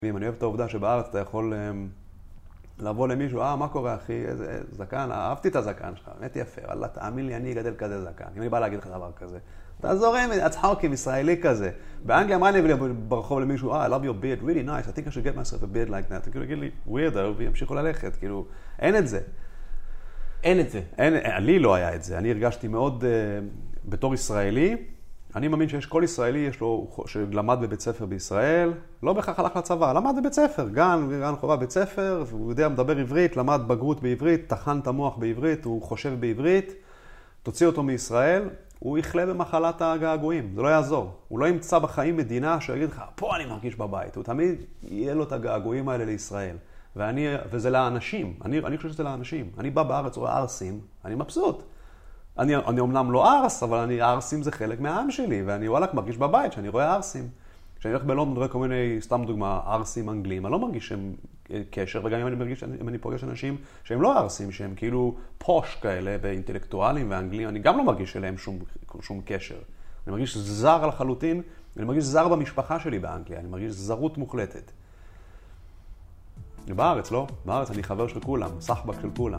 אני אוהב את העובדה שבארץ אתה יכול לבוא למישהו, מה קורה אחי, איזה זקן, אהבתי את הזקן שלך, באמת יפה, אבל תאמין לי, אני אגדל כזה זקן, אם אני בא להגיד לך דבר כזה. אתה זורם, הצחוקים, ישראלי כזה. באנגליה אמרה לי ברחוב למישהו, I love your beard, really nice, I think I should get myself a beard like that. כאילו, יגיד לי, weird, וימשיכו ללכת, כאילו, אין את זה. אין את זה. לי לא היה את זה, אני הרגשתי מאוד, בתור ישראלי, אני מאמין שיש כל ישראלי, יש לו, שלמד בבית ספר בישראל, לא בהכרח הלך לצבא, למד בבית ספר, גן חובה בית ספר, הוא יודע, מדבר עברית, למד בגרות בעברית, טחן את המוח בעברית, הוא חושב בעברית, תוציא אותו מישראל, הוא יחלה במחלת הגעגועים, זה לא יעזור. הוא לא ימצא בחיים מדינה שיגיד לך, פה אני מרגיש בבית, הוא תמיד יהיה לו את הגעגועים האלה לישראל. וזה לאנשים, אני חושב שזה לאנשים. אני בא בארץ, רואה ארסים, אני מבסוט. אני אומנם לא ארס, אבל ארסים זה חלק מהעם שלי, ואני וואלק מרגיש בבית שאני רואה ארסים. כשאני הולך בלונדון רואה כל מיני, סתם דוגמה, ארסים אנגלים, אני לא מרגיש שהם קשר, וגם אם אני פוגש אנשים שהם לא ארסים, שהם כאילו פוש כאלה, ואינטלקטואלים ואנגלים, אני גם לא מרגיש אליהם שום קשר. אני מרגיש זר לחלוטין, אני מרגיש זר במשפחה שלי באנגליה, אני מרגיש זרות מוחלטת. בארץ, לא? בארץ אני חבר של כולם, סחבק של כולם.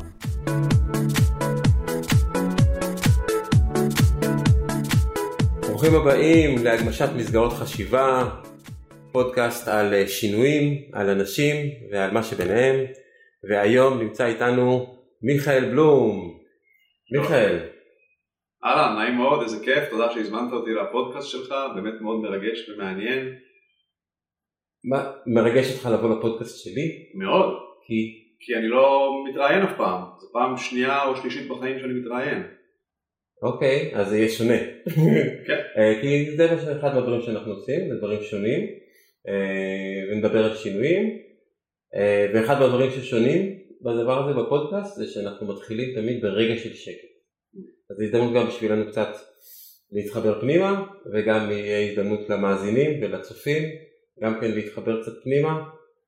ברוכים הבאים להגמשת מסגרות חשיבה, פודקאסט על שינויים, על אנשים ועל מה שביניהם. והיום נמצא איתנו מיכאל בלום. מיכאל. אהלן, נעים מאוד, איזה כיף, תודה שהזמנת אותי לפודקאסט שלך, באמת מאוד מרגש ומעניין. מה מרגש אותך לבוא לפודקאסט שלי? מאוד. כי אני לא מתראיין אף פעם, זו פעם שנייה או שלישית בחיים שאני מתראיין. אוקיי, אז זה יהיה שונה. כן. כי זה אחד מהדברים שאנחנו עושים, זה דברים שונים, ונדבר על שינויים, ואחד מהדברים ששונים בדבר הזה בפודקאסט זה שאנחנו מתחילים תמיד ברגע של שקט. אז זו הזדמנות גם בשבילנו קצת להתחבר פנימה, וגם יהיה הזדמנות למאזינים ולצופים, גם כן להתחבר קצת פנימה.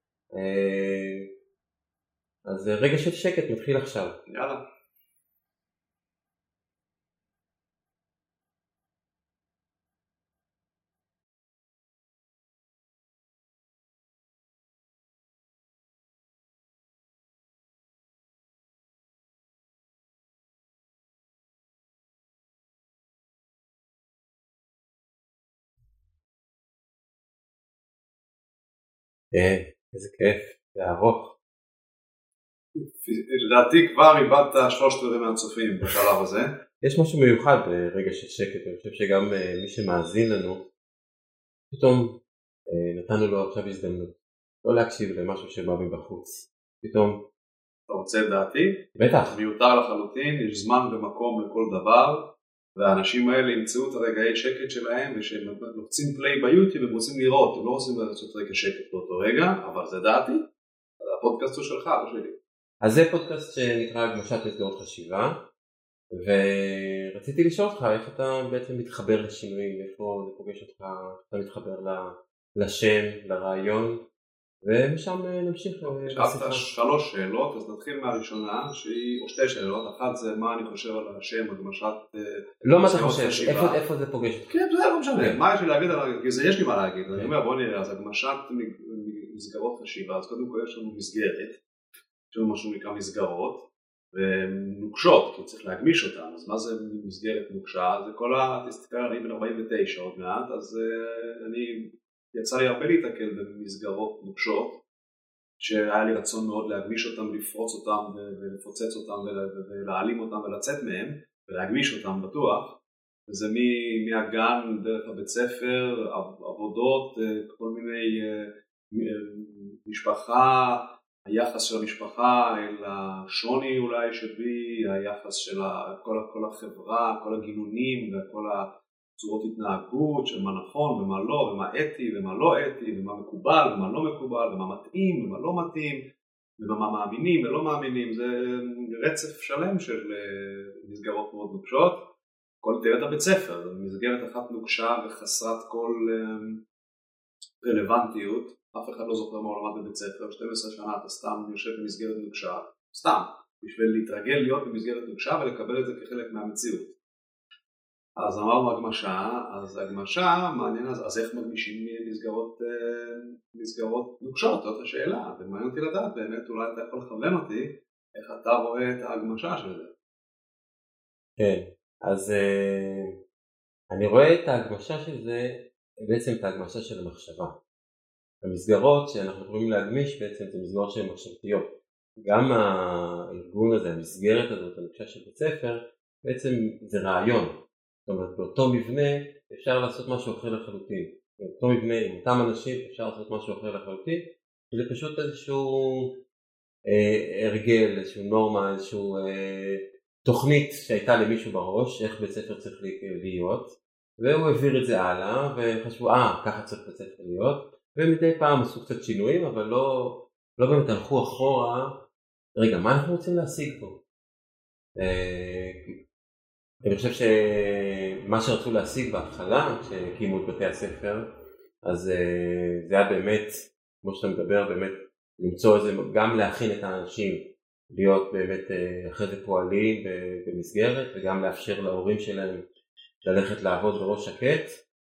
אז רגע של שקט מתחיל עכשיו. יאללה. איזה כיף, זה ארוך. לדעתי כבר איבדת 3/4 מהצופים בשלב הזה. יש משהו מיוחד ברגע של שקט, אני חושב שגם מי שמאזין לנו, פתאום נתנו לו עכשיו הזדמנות, לא להקשיב למשהו שבא מבחוץ, פתאום. אתה רוצה את דעתי? בטח. מיותר לחלוטין, יש זמן ומקום לכל דבר, והאנשים האלה ימצאו את הרגעי שקט שלהם, ושהם לוחצים פליי ביוטיוב, הם רוצים לראות, הם לא רוצים לעשות רגע שקט באותו רגע, אבל זה דעתי, הפודקאסט הוא שלך, לא שלי. אז זה פודקאסט שנקרא הגמשת מסגרות חשיבה, ורציתי לשאול אותך איך אתה בעצם מתחבר לשינויים, איפה זה פוגש אותך, אתה מתחבר לשם, לרעיון, ומשם נמשיך. שאלת 3 שאלות, אז נתחיל מהראשונה, או 2 שאלות, אחת זה מה אני חושב על השם, הגמשת לא מה אתה חושב, איפה זה פוגש אותך? כן, זה לא משנה, מה יש לי להגיד עליו, כי יש לי מה להגיד, אני אומר בוא נראה, אז הגמשת מסגרות חשיבה, אז קודם כל יש לנו מסגרת, יש לנו משהו נקרא מסגרות, ונוקשות, כי צריך להגמיש אותן, אז מה זה מסגרת נוקשה? זה כל תסתכל, אני בן 49 עוד מעט, אז יצא לי הרבה להתעכל במסגרות נוקשות, שהיה לי רצון מאוד להגמיש אותם, לפרוץ אותם ולפוצץ אותם ולהעלים אותם ולצאת מהם, ולהגמיש אותם בטוח, וזה מהגן דרך הבית ספר, עבודות, כל מיני משפחה, היחס של המשפחה אל השוני אולי שבי, היחס של כל החברה, כל הגינונים וכל צורות התנהגות של מה נכון ומה לא, ומה אתי ומה לא אתי, ומה מקובל ומה לא מקובל, ומה מתאים ומה לא מתאים, ומה מאמינים ולא מאמינים. זה רצף שלם של מסגרות מאוד נוקשות. תראה את הבית ספר, זו מסגרת אחת נוקשה וחסרת כל רלוונטיות. אף אחד לא זוכר מה הוא למד בבית ספר, 12 שנה אתה סתם יושב במסגרת נוקשה, סתם, בשביל להתרגל להיות במסגרת נוקשה ולקבל את זה כחלק מהמציאות. אז אמרנו הגמשה, אז הגמשה מעניין, אז איך מגמישים מסגרות נוקשות, זאת השאלה, ומעניין אותי לדעת באמת, אולי אתה יכול לכוון אותי, איך אתה רואה את ההגמשה של זה. כן, אז אני רואה את ההגמשה של זה, בעצם את ההגמשה של המחשבה. המסגרות שאנחנו יכולים להגמיש בעצם זה מסגרות שהן מחשבתיות. גם הארגון הזה, המסגרת הזאת, המקשה של בית ספר, בעצם זה רעיון. זאת אומרת, באותו מבנה אפשר לעשות משהו אחר לחלוטין. באותו מבנה עם אותם אנשים אפשר לעשות משהו אחר לחלוטין. וזה פשוט איזשהו הרגל, איזשהו נורמה, איזשהו תוכנית שהייתה למישהו בראש, איך בית ספר צריך להיות. והוא העביר את זה הלאה, וחשבו, ככה צריך בית ספר להיות. ומדי פעם עשו קצת שינויים, אבל לא באמת הלכו אחורה. רגע, מה אנחנו רוצים להשיג פה? אני חושב שמה שרצו להשיג בהתחלה, כשהקימו את בתי הספר, אז זה היה באמת, כמו שאתה מדבר, באמת למצוא איזה, גם להכין את האנשים, להיות באמת אחרי זה פועלים במסגרת, וגם לאפשר להורים שלהם ללכת לעבוד בראש שקט.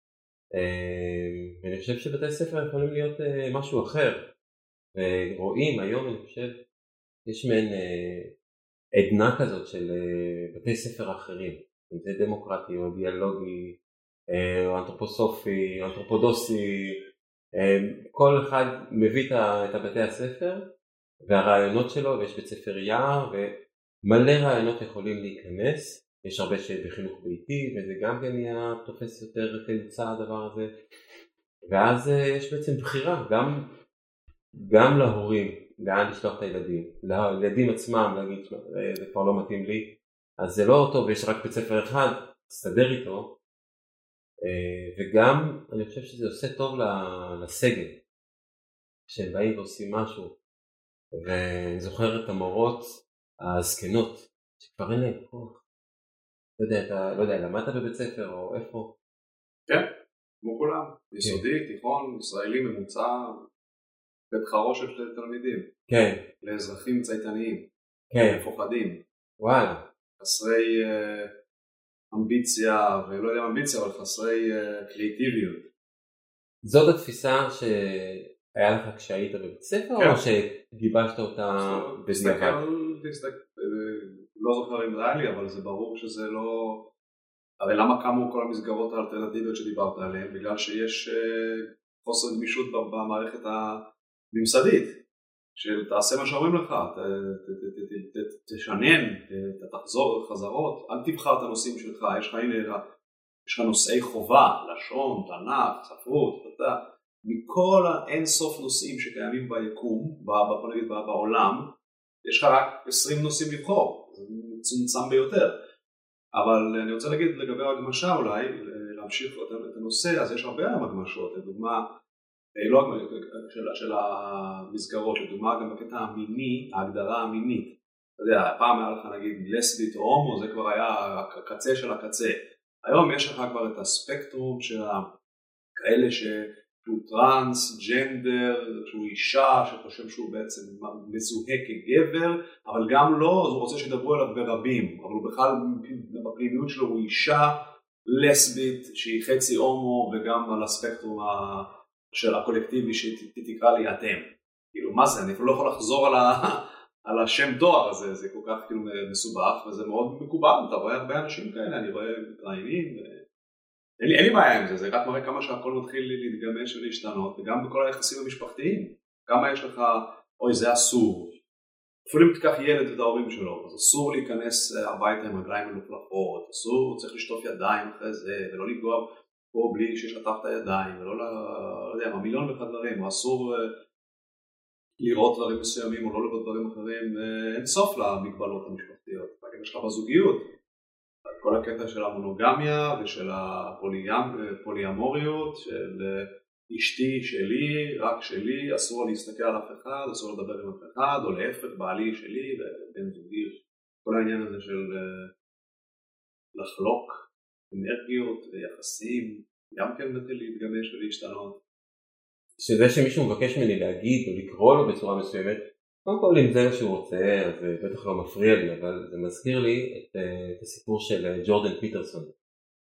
ואני חושב שבתי הספר יכולים להיות משהו אחר. ורואים היום, אני חושב, יש מעין עדנה כזאת של בתי ספר אחרים, אם זה דמוקרטי או דיאלוגי או אנתרופוסופי או אנתרופודוסי, כל אחד מביא את הבתי הספר והרעיונות שלו, ויש בית ספר יער ומלא רעיונות יכולים להיכנס. יש הרבה שבחינוך ביתי, וזה גם כן נהיה תופס יותר תאוצה הדבר הזה. ואז יש בעצם בחירה גם להורים לאן לשלוח את הילדים, לילדים עצמם להגיד זה כבר לא מתאים לי, אז זה לא טוב, יש רק בית ספר אחד, תסתדר איתו. וגם אני חושב שזה עושה טוב לסגל, כשהם באים ועושים משהו. ואני זוכר את המורות הזקנות, שכבר אין להם כוח. לא יודע, למדת בבית ספר או איפה? כן, כמו כולם, יסודי, תיכון, ישראלי ממוצע, בית חרושת לתלמידים, כן, לאזרחים צייתניים, כן, מפוחדים, וואלה, חסרי אמביציה, ולא יודע אמביציה, אבל חסרי קריאטיביות. זאת התפיסה שהיה לך כשהיית בבית ספר, או שגיבשת אותה בדיעבד? לא זוכר אם זה היה לי, אבל זה ברור שזה לא... הרי למה קמו כל המסגרות האלטרנטיביות שדיברת עליהן? בגלל שיש חוסר גמישות במערכת הממסדית, של תעשה מה שאומרים לך, תשנן, תחזור חזרות, אל תבחר את הנושאים שלך, יש לך נושאי חובה, לשון, תנ"ך, ספרות, מכל האין סוף נושאים שקיימים ביקום, בעולם, יש לך רק 20 נושאים לבחור, זה מצומצם ביותר. אבל אני רוצה להגיד לגבי הגמשה אולי, להמשיך את הנושא, אז יש הרבה הגמשות, לדוגמה, לא של המסגרות, לדוגמה גם בקטע המיני, ההגדרה המינית. אתה יודע, פעם היה לך נגיד לסבית או הומו, זה כבר היה הקצה של הקצה. היום יש לך כבר את הספקטרום של כאלה שהוא טרנס, ג'נדר, שהוא אישה, שחושב שהוא בעצם מזוהה כגבר, אבל גם לא, אז הוא רוצה שידברו עליו ברבים, אבל הוא בכלל בפנימיות שלו הוא אישה לסבית, שהיא חצי הומו, וגם על הספקטרום של הקולקטיבי שתקרא לי אתם. כאילו מה זה, אני לא יכול לחזור על השם תואר הזה, זה כל כך כאילו מסובך, וזה מאוד מקובל, אתה רואה הרבה אנשים כאלה, אני רואה מתראיינים, אין לי בעיה עם זה, זה רק מראה כמה שהכל מתחיל להתגמש ולהשתנות, וגם בכל היחסים המשפחתיים, כמה יש לך, אוי זה אסור, אפילו אם תיקח ילד את ההורים שלו, אז אסור להיכנס הביתה עם רגליים מלוכלכות, אסור, צריך לשטוף ידיים אחרי זה, ולא לגוע פה בלי ששטף את הידיים, ולא לא יודע, מיליון ואחד דברים, או אסור לראות דברים מסוימים או לא לראות דברים אחרים, אין סוף למגבלות המשפחתיות, רק אם יש לך בזוגיות, כל הקטע של המונוגמיה ושל הפוליאמוריות, של אשתי שלי, רק שלי, אסור להסתכל על אף אחד, אסור לדבר עם אף אחד, או להפך, בעלי שלי ובן זוגי, כל העניין הזה של לחלוק אנרגיות ויחסים, גם כן מתחיל להתגמש ולהשתנות. שזה שמישהו מבקש ממני להגיד או לקרוא לו בצורה מסוימת, קודם כל אם זה מה שהוא רוצה, אז זה בטח לא מפריע לי, אבל זה מזכיר לי את הסיפור של ג'ורדן פיטרסון.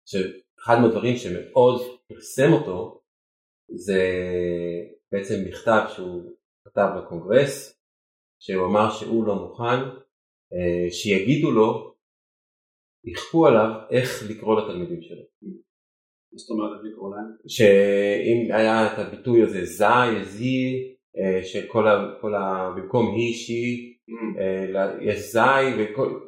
שאחד מהדברים שמאוד פרסם אותו, זה בעצם מכתב שהוא כתב לקונגרס, שהוא אמר שהוא לא מוכן, שיגידו לו, יכפו עליו איך לקרוא לתלמידים שלו. זאת אומרת, איך לקרוא להם? שאם היה את הביטוי הזה, זי, במקום היא, שהיא, יש זי,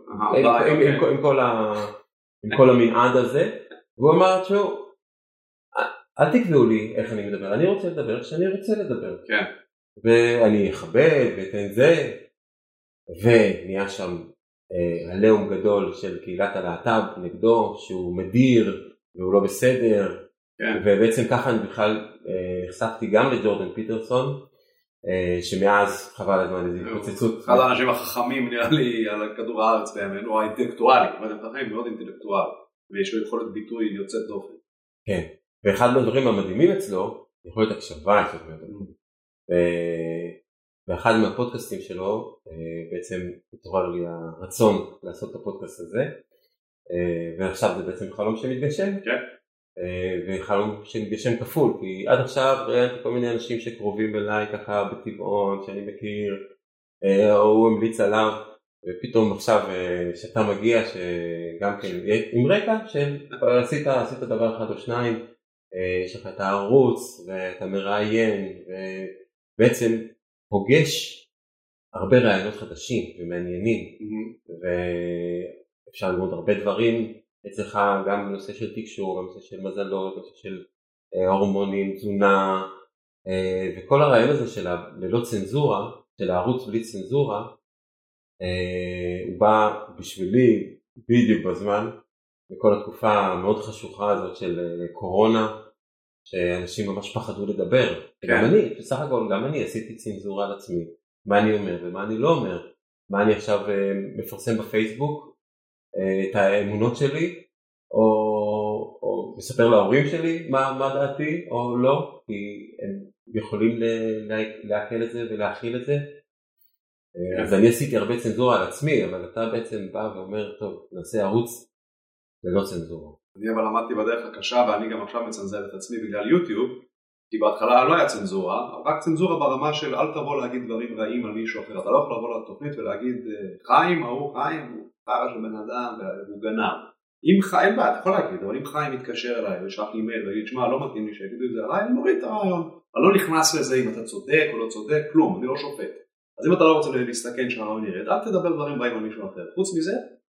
עם כל המנעד הזה, והוא אמר, תשמעו, אל תקבעו לי איך אני מדבר, אני רוצה לדבר כשאני רוצה לדבר. כן. ואני אכבד ואתן זה, ונהיה שם עליהום גדול של קהילת הלהט"ב נגדו, שהוא מדיר והוא לא בסדר, כן. ובעצם ככה אני בכלל נחשפתי גם לג'ורדן פיטרסון, שמאז חבל הזמן איזו התפוצצות. אחד האנשים החכמים נראה לי על כדור הארץ באמת, הוא האינטלקטואלי, מאוד אינטלקטואלי, ויש לו יכולת ביטוי יוצאת דופן. כן, ואחד מהדברים המדהימים אצלו, יכולת הקשבה יוצאת דופן. ואחד מהפודקאסטים שלו, בעצם התעורר לי הרצון לעשות את הפודקאסט הזה, ועכשיו זה בעצם חלום שמתגשם, כן. וחלום שמתגשם כפול, כי עד עכשיו ראיתי כל מיני אנשים שקרובים אליי ככה בטבעון, שאני מכיר, או הוא המליץ עליו, ופתאום עכשיו שאתה מגיע, שגם כן, עם רקע, שעשית דבר אחד או שניים, יש לך את הערוץ, ואתה מראיין, ובעצם פוגש הרבה רעיונות חדשים ומעניינים, ואפשר ללמוד הרבה דברים אצלך, גם בנושא של תקשור, גם בנושא של מזלות, בנושא של הורמונים, תזונה, וכל הרעיון הזה של ללא צנזורה, של הערוץ בלי צנזורה, הוא בא בשבילי בדיוק בזמן, בכל התקופה המאוד חשוכה הזאת של קורונה, שאנשים ממש פחדו לדבר. גם אני, בסך הכל, גם אני עשיתי צנזורה על עצמי, מה אני אומר ומה אני לא אומר, מה אני עכשיו מפרסם בפייסבוק, את האמונות שלי, או מספר להורים שלי מה דעתי או לא, כי הם יכולים להקל את זה ולהכיל את זה. אז אני עשיתי הרבה צנזורה על עצמי, אבל אתה בעצם בא ואומר, טוב, נעשה ערוץ ללא צנזורה. אני אבל למדתי בדרך הקשה, ואני גם עכשיו מצנזר את עצמי בגלל יוטיוב, כי בהתחלה לא היה צנזורה, רק צנזורה ברמה של אל תבוא להגיד דברים רעים על מישהו אחר. אתה לא יכול לבוא לתוכנית ולהגיד, חיים, הוא פרה של בן אדם, והוא גנב. אם חיים, אתה יכול להגיד, אבל אם חיים מתקשר אליי ושלח אימייל ויגיד, שמע, לא מתאים לי שיגידו את זה עליי, אני מוריד את הרעיון. אני לא נכנס לזה אם אתה צודק או לא צודק, כלום, אני לא שופט. אז אם אתה לא רוצה להסתכן שהרעיון ירד, אל תדבר דברים רעים על מישהו אחר. חוץ מזה,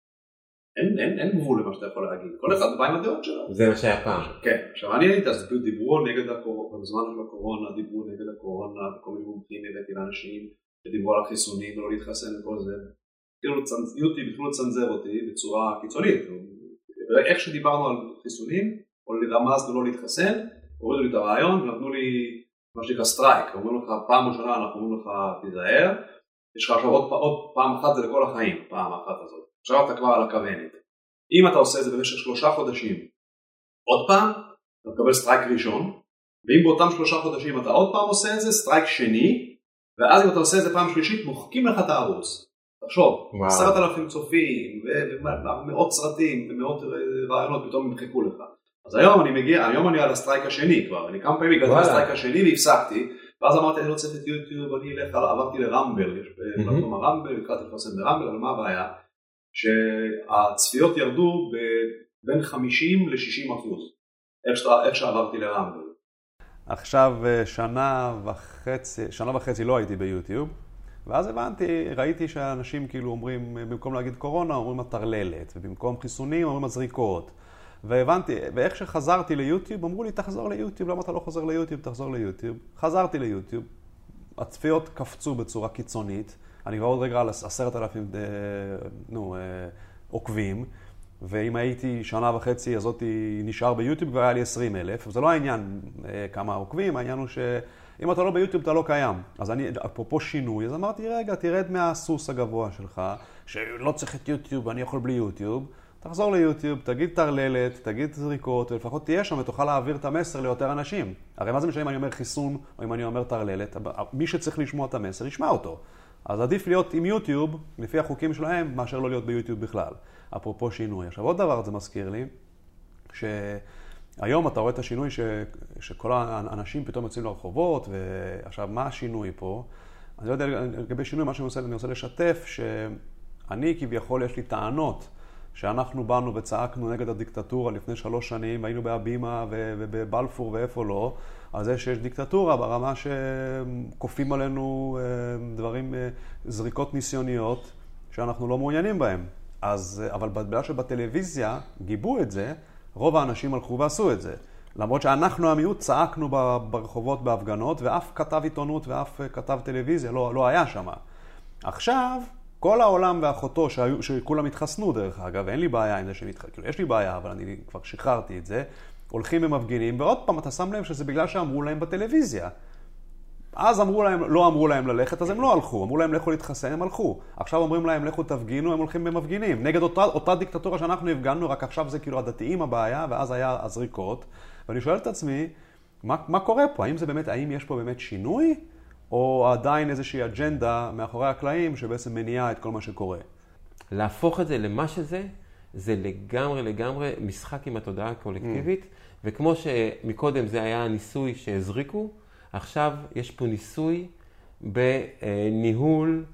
אין גבול למה שאתה יכול להגיד. כל אחד בא עם הדעות שלו. זה מה שהיה פעם. כן, עכשיו אני הייתי, אז דיברו נגד הקורונה, בזמן של הקורונה, דיברו נגד הקורונה, וכל מיני מומחים הבאתי לאנשים שדיברו על החיסונים ולא להתחסן וכל זה. יוטיוב התחילו לצנזר אותי בצורה קיצונית. איך שדיברנו על חיסונים, או לרמז ולא להתחסן, הורידו לי את הרעיון ונתנו לי מה שנקרא סטרייק. אומרים לך, פעם ראשונה אנחנו אומרים לך, תיזהר, יש לך עכשיו עוד פעם אחת, זה לכל החיים, פעם אחת הזאת. עכשיו אתה כבר על הכוונת. אם אתה עושה את זה במשך 3 חודשים, עוד פעם, אתה מקבל סטרייק ראשון, ואם באותם 3 חודשים אתה עוד פעם עושה את זה, סטרייק שני, ואז אם אתה עושה את זה פעם שלישית, מוחקים לך את הערוץ. תחשוב, 10,000 צופים, ומאות סרטים, ומאות רעיונות פתאום ימחקו לך. אז היום אני על הסטרייק השני כבר, אני כמה פעמים הגעתי לסטרייק השני והפסקתי, ואז אמרתי, אני לא צריך את יוטיוב, אני עברתי לרמבל, יש בפלטפורם הרמבל, התחלתי לפרסם ברמבל, אבל מה הבעיה? שהצפיות ירדו בין 50 ל-60%, איך שעברתי לרמבל. עכשיו שנה וחצי לא הייתי ביוטיוב, ואז ראיתי שאנשים כאילו אומרים, במקום להגיד קורונה, אומרים הטרללת, ובמקום חיסונים אומרים הזריקות. והבנתי, ואיך שחזרתי ליוטיוב, אמרו לי, תחזור ליוטיוב, למה אתה לא חוזר ליוטיוב? תחזור ליוטיוב. חזרתי ליוטיוב, הצפיות קפצו בצורה קיצונית, אני כבר עוד רגע על 10,000 עוקבים, ואם הייתי שנה וחצי, אז אותי נשאר ביוטיוב, כבר היה לי 20,000, וזה לא העניין כמה עוקבים, העניין הוא שאם אתה לא ביוטיוב, אתה לא קיים. אז אני, אפרופו שינוי, אז אמרתי, רגע, תרד מהסוס הגבוה שלך, שלא צריך את יוטיוב, אני יכול בלי יוטיוב, תחזור ליוטיוב, תגיד טרללת, תגיד זריקות, ולפחות תהיה שם ותוכל להעביר את המסר ליותר אנשים. הרי מה זה משנה אם אני אומר חיסון או אם אני אומר טרללת? מי שצריך לשמוע את המסר, ישמע אותו. אז עדיף להיות עם יוטיוב, לפי החוקים שלהם, מאשר לא להיות ביוטיוב בכלל. אפרופו שינוי. עכשיו עוד דבר זה מזכיר לי, שהיום אתה רואה את השינוי שכל האנשים פתאום יוצאים לרחובות, ועכשיו מה השינוי פה? אני לא יודע לגבי שינוי, מה שאני רוצה לשתף, שאני כביכול יש לי טענות, שאנחנו באנו וצעקנו נגד הדיקטטורה לפני 3 שנים, היינו בהבימה ובבלפור ואיפה לא, על זה שיש דיקטטורה ברמה שקופים עלינו דברים, זריקות ניסיוניות, שאנחנו לא מעוניינים בהם. אבל בגלל שבטלוויזיה גיבו את זה, רוב האנשים הלכו ועשו את זה. למרות שאנחנו המיעוט צעקנו ברחובות בהפגנות, ואף כתב עיתונות ואף כתב טלוויזיה לא היה שם. עכשיו, כל העולם ואחותו, שכולם התחסנו דרך אגב, אין לי בעיה עם זה כאילו, יש לי בעיה, אבל אני כבר שחררתי את זה, הולכים ומפגינים, ועוד פעם אתה שם לב שזה בגלל שאמרו להם בטלוויזיה. אז לא אמרו להם ללכת, אז הם לא הלכו. אמרו להם לכו להתחסן, הם הלכו. עכשיו אומרים להם לכו תפגינו, הם הולכים במפגינים. נגד אותה דיקטטורה שאנחנו הפגנו, רק עכשיו זה כאילו הדתיים הבעיה, ואז היה הזריקות. ואני שואל את עצמי, מה קורה פה? האם יש פה באמת שינוי? או עדיין איזושהי אג'נדה מאחורי הקלעים שבעצם מניעה את כל מה שקורה? להפוך את זה למה שזה, זה לגמרי משחק עם התודעה הקולקטיבית, וכמו שמקודם זה היה ניסוי שהזריקו, עכשיו יש פה ניסוי בניהול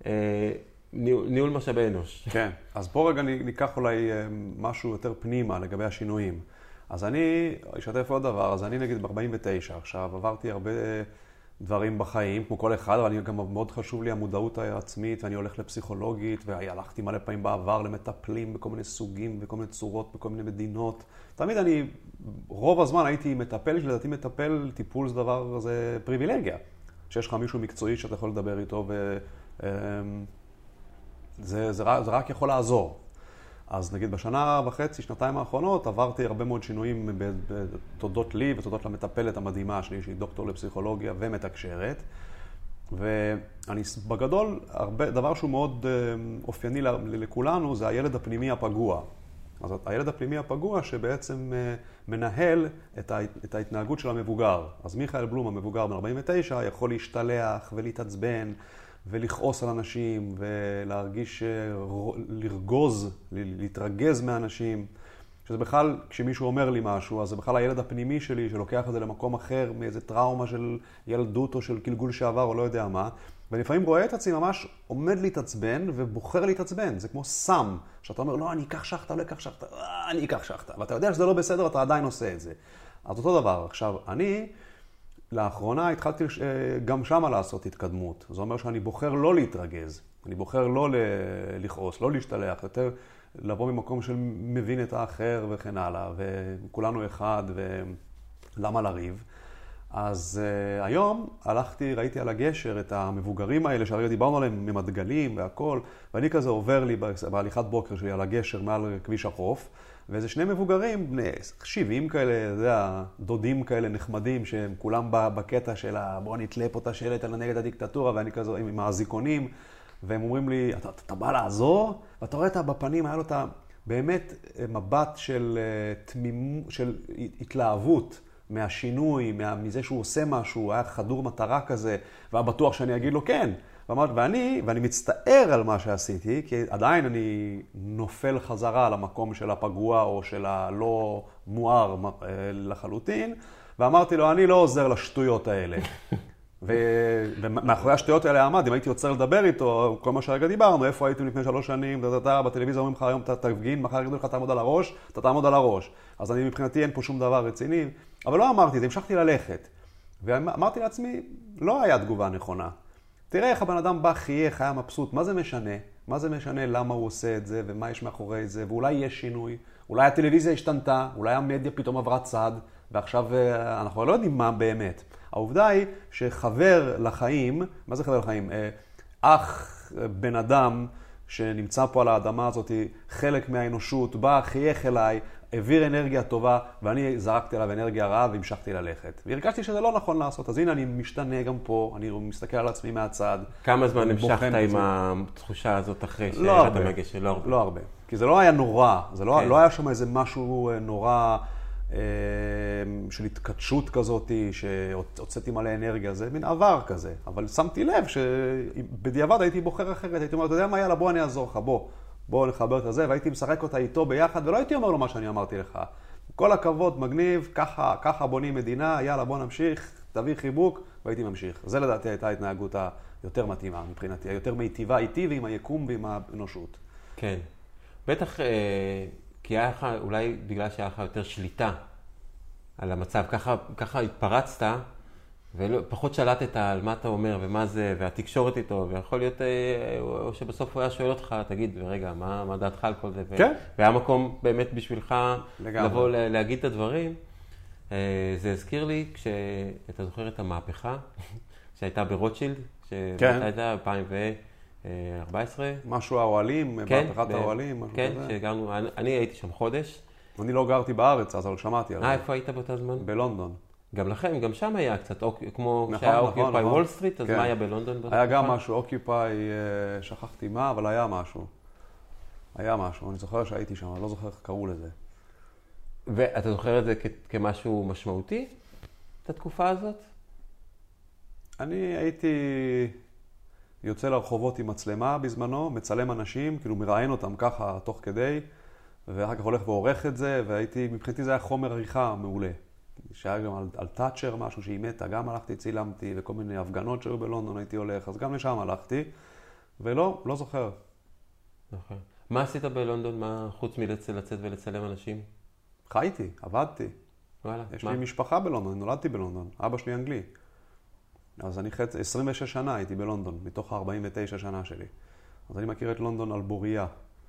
משאבי אנוש. כן, אז בוא רגע ניקח אולי משהו יותר פנימה לגבי השינויים. אז אני אשתף עוד דבר, אז אני נגיד ב-49 עכשיו, עברתי הרבה דברים בחיים, כמו כל אחד, אבל גם מאוד חשוב לי המודעות העצמית, ואני הולך לפסיכולוגית, והלכתי מלא פעמים בעבר למטפלים בכל מיני סוגים, בכל מיני צורות, בכל מיני מדינות. תמיד רוב הזמן הייתי מטפל, שלדעתי מטפל, טיפול זה דבר, זה פריבילגיה. שיש לך מישהו מקצועי שאתה יכול לדבר איתו, זה רק יכול לעזור. אז נגיד בשנה וחצי, שנתיים האחרונות, עברתי הרבה מאוד שינויים בתודות לי ותודות למטפלת המדהימה שלי, שהיא דוקטור לפסיכולוגיה ומתקשרת. ואני בגדול, דבר שהוא מאוד אופייני לכולנו, זה הילד הפנימי הפגוע. אז הילד הפנימי הפגוע שבעצם מנהל את ההתנהגות של המבוגר. אז מיכאל בלום, המבוגר בן 49, יכול להשתלח ולהתעצבן ולכעוס על אנשים ולהרגיש, לרגוז, להתרגז מאנשים. שזה בכלל, כשמישהו אומר לי משהו, אז זה בכלל הילד הפנימי שלי שלוקח את זה למקום אחר, מאיזה טראומה של ילדות או של גלגול שעבר או לא יודע מה. ולפעמים רואה את עצמי ממש עומד להתעצבן ובוחר להתעצבן. זה כמו סם, שאתה אומר, לא, אני אקח שחטה, לא אקח שחטה, אני אקח שחטה. ואתה יודע שזה לא בסדר ואתה עדיין עושה את זה. אז אותו דבר. עכשיו, אני לאחרונה התחלתי גם שמה לעשות התקדמות. זה אומר שאני בוחר לא להתרגז. אני בוחר לא לכעוס, לא להשתלח, יותר לבוא ממקום של מבין את האחר וכן הלאה, וכולנו אחד, ולמה לריב. אז היום ראיתי על הגשר את המבוגרים האלה, שהרגע דיברנו עליהם עם הדגלים והכל, ואני כזה עובר לי בהליכת בוקר שלי על הגשר מעל כביש החוף, ואיזה 2 מבוגרים, בני 70 כאלה, זה הדודים כאלה נחמדים, שהם כולם בקטע של בוא נתלה פה את השלט על נגד הדיקטטורה, ואני כזה עם האזיקונים, והם אומרים לי, אתה בא לעזור? ואתה רואה בפנים, היה לו באמת מבט של התלהבות מהשינוי, מזה שהוא עושה משהו, היה חדור מטרה כזה, והיה בטוח שאני אגיד לו כן. ואני מצטער על מה שעשיתי, כי עדיין אני נופל חזרה למקום של הפגוע או של הלא מואר לחלוטין, ואמרתי לו, אני לא עוזר לשטויות האלה. ומאחורי השטויות האלה עמד, אם הייתי יוצר לדבר איתו, כל מה שהרגע דיברנו, איפה הייתם לפני 3 שנים, בטלוויזיה אומרים לך היום אתה תפגין, מחר יגידו לך תעמוד על הראש, אתה תעמוד על הראש. אז אני מבחינתי אין פה שום דבר רציני, אבל לא אמרתי, זה המשכתי ללכת. ואמרתי לעצמי, לא היה תגובה נכונה. תראה איך הבן אדם בא חייך, היה מבסוט, מה זה משנה? מה זה משנה למה הוא עושה את זה ומה יש מאחורי זה, ואולי יש שינוי, אולי הטלוויזיה השתנתה, אולי המדיה פתאום עברה צד, ועכשיו אנחנו לא יודעים מה באמת. העובדה היא שחבר לחיים, מה זה חבר לחיים? בן אדם שנמצא פה על האדמה הזאת, חלק מהאנושות, בא, חייך אליי, העביר אנרגיה טובה, ואני זרקתי עליו אנרגיה רעה והמשכתי ללכת. והרגשתי שזה לא נכון לעשות, אז הנה אני משתנה גם פה, אני מסתכל על עצמי מהצד. כמה זמן המשכת עם התחושה הזאת אחרי שירד המגש? לא הרבה. כי זה לא היה נורא, זה לא היה שם איזה משהו נורא של התקדשות כזאת, שהוצאתי מלא אנרגיה, זה מין עבר כזה. אבל שמתי לב שבדיעבד הייתי בוחר אחרת, הייתי אומר, אתה יודע מה, יאללה, בוא אני אעזור לך, בוא נחבר את זה, והייתי משחק אותה איתו ביחד, ולא הייתי אומר לו מה שאני אמרתי לך. כל הכבוד, מגניב, ככה בונים מדינה, יאללה בוא נמשיך, תביא חיבוק, והייתי ממשיך. זה לדעתי הייתה ההתנהגות היותר מתאימה מבחינתי, היותר מיטיבה איתי ועם היקום ועם האנושות. כן. בטח, כי היה לך, אולי בגלל שהיה לך יותר שליטה על המצב, ככה התפרצת, ופחות שלטת על מה אתה אומר ומה זה, והתקשורת איתו, ויכול להיות, או שבסוף הוא היה שואל אותך, תגיד, רגע, מה דעתך על כל זה? כן. והיה מקום באמת בשבילך לגמרי. לבוא להגיד את הדברים. זה הזכיר לי, כשאתה זוכר את המהפכה, שהייתה ברוטשילד, שהייתה 2014. משהו האוהלים, מהפכת האוהלים, משהו כזה. כן, שהגרנו, אני הייתי שם חודש. אני לא גרתי בארץ, אז אבל שמעתי על זה. איפה היית באותה זמן? בלונדון. גם לכם, גם שם היה קצת, כמו נכון, שהיה נכון, אוקיופאי נכון. וול סטריט, אז כן. מה היה בלונדון? היה גם משהו, אוקיופאי, שכחתי מה, אבל היה משהו. היה משהו, אני זוכר שהייתי שם, אני לא זוכר איך קראו לזה. ואתה זוכר את זה כמשהו משמעותי, את התקופה הזאת? אני הייתי יוצא לרחובות עם מצלמה בזמנו, מצלם אנשים, כאילו מראיין אותם ככה תוך כדי, ואחר כך הולך ועורך את זה, והייתי, מבחינתי זה היה חומר עריכה מעולה. שהיה גם על תאצ'ר משהו שהיא מתה, גם הלכתי, צילמתי, וכל מיני הפגנות שהיו בלונדון הייתי הולך, אז גם לשם הלכתי, לא זוכר. נכון. מה עשית בלונדון, חוץ מלצאת ולצלם אנשים? חייתי, עבדתי. וואלה, יש לי משפחה בלונדון, אני נולדתי בלונדון, אבא שלי אנגלי. אז אני 26 שנה הייתי בלונדון, מתוך 49 שנה שלי. אז אני מכיר את לונדון על בוריה.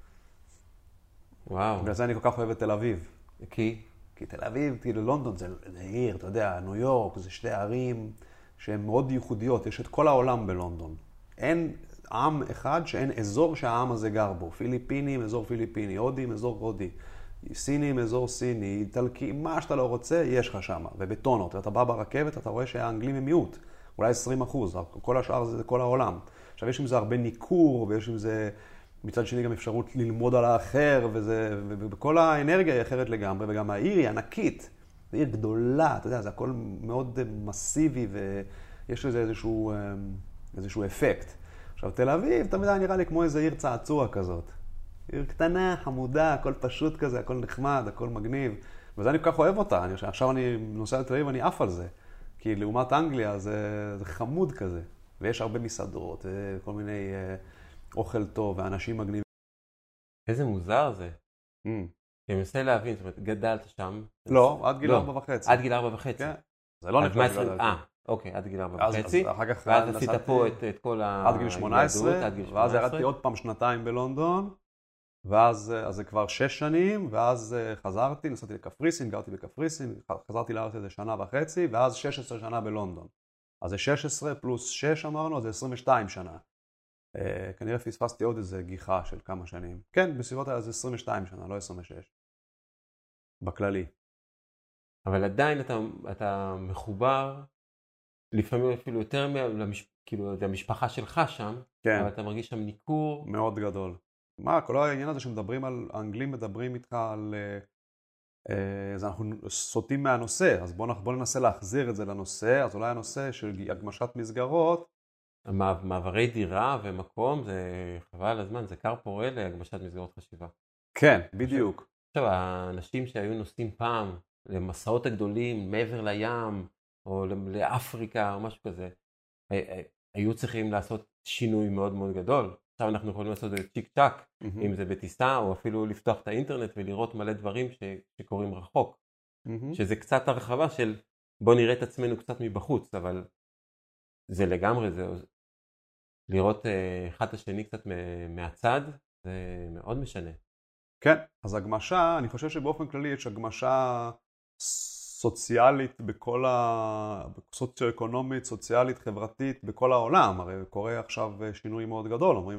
וואו. בגלל זה אני כל כך אוהב את תל אביב. כי תל אביב, כאילו לונדון זה עיר, אתה יודע, ניו יורק, זה שתי ערים שהן מאוד ייחודיות, יש את כל העולם בלונדון. אין עם אחד שאין אזור שהעם הזה גר בו. פיליפינים, אזור פיליפיני, הודים, אזור הודי, סינים, אזור סיני, איטלקי, מה שאתה לא רוצה, יש לך שם. ובטונות, ואתה בא ברכבת, אתה רואה שהאנגלים הם מיעוט, אולי 20%, כל השאר זה כל העולם. עכשיו יש עם זה הרבה ניכור, ויש עם זה מצד שני גם אפשרות ללמוד על האחר, וכל האנרגיה היא אחרת לגמרי, וגם העיר היא ענקית. זו עיר גדולה, אתה יודע, זה הכל מאוד מסיבי, ויש לזה איזשהו אפקט. עכשיו, תל אביב תמיד היה נראה לי כמו איזו עיר צעצוע כזאת. עיר קטנה, חמודה, הכל פשוט כזה, הכל נחמד, הכל מגניב. וזה אני כל כך אוהב אותה. עכשיו אני נוסע לתל אביב, אני עף על זה. כי לעומת אנגליה זה חמוד כזה. ויש הרבה מסעדות, כל מיני אוכל טוב, ואנשים מגניבים. איזה מוזר זה. אני מנסה להבין, זאת אומרת, גדלת שם. לא, עד גיל 4.5. עד גיל 4.5. כן. זה לא נחשב גדלתי. אוקיי, עד גיל 4.5. ואז עשית פה את כל עד גיל 18, ואז ירדתי עוד פעם שנתיים בלונדון, ואז זה כבר 6 שנים, ואז חזרתי, נסעתי לקפריסין, גרתי בקפריסין, חזרתי לארץ איזה 1.5 שנה, ואז 16 שנה בלונדון. אז זה 16 פלוס 6 אמרנו, אז זה 22 שנה. כנראה פספסתי עוד איזה גיחה של כמה שנים. כן, בסביבות זה 22 שנה, לא 26. בכללי. אבל עדיין אתה מחובר, לפעמים אפילו יותר כאילו, המשפחה שלך שם, כן. אבל אתה מרגיש שם ניכור. מאוד גדול. מה, כל העניין הזה שמדברים על, האנגלים מדברים איתך על, אז אנחנו סוטים מהנושא, אז בוא ננסה להחזיר את זה לנושא, אז אולי הנושא של הגמשת מסגרות. מעברי דירה ומקום, זה חבל על הזמן, זה קר פורה להגמשת מסגרות חשיבה. כן, בדיוק. עכשיו, האנשים שהיו נוסעים פעם למסעות הגדולים, מעבר לים, או לאפריקה, או משהו כזה, היו צריכים לעשות שינוי מאוד מאוד גדול. עכשיו אנחנו יכולים לעשות את זה צ'יק צ'ק, אם זה בטיסה, או אפילו לפתוח את האינטרנט ולראות מלא דברים שקורים רחוק. שזה קצת הרחבה של בוא נראה את עצמנו קצת מבחוץ, אבל זה לגמרי, זה לראות אחד השני קצת מהצד, זה מאוד משנה. כן, אז הגמשה, אני חושב שבאופן כללי יש הגמשה סוציאלית סוציו-אקונומית, סוציאלית, חברתית, בכל העולם. הרי קורה עכשיו שינוי מאוד גדול, אומרים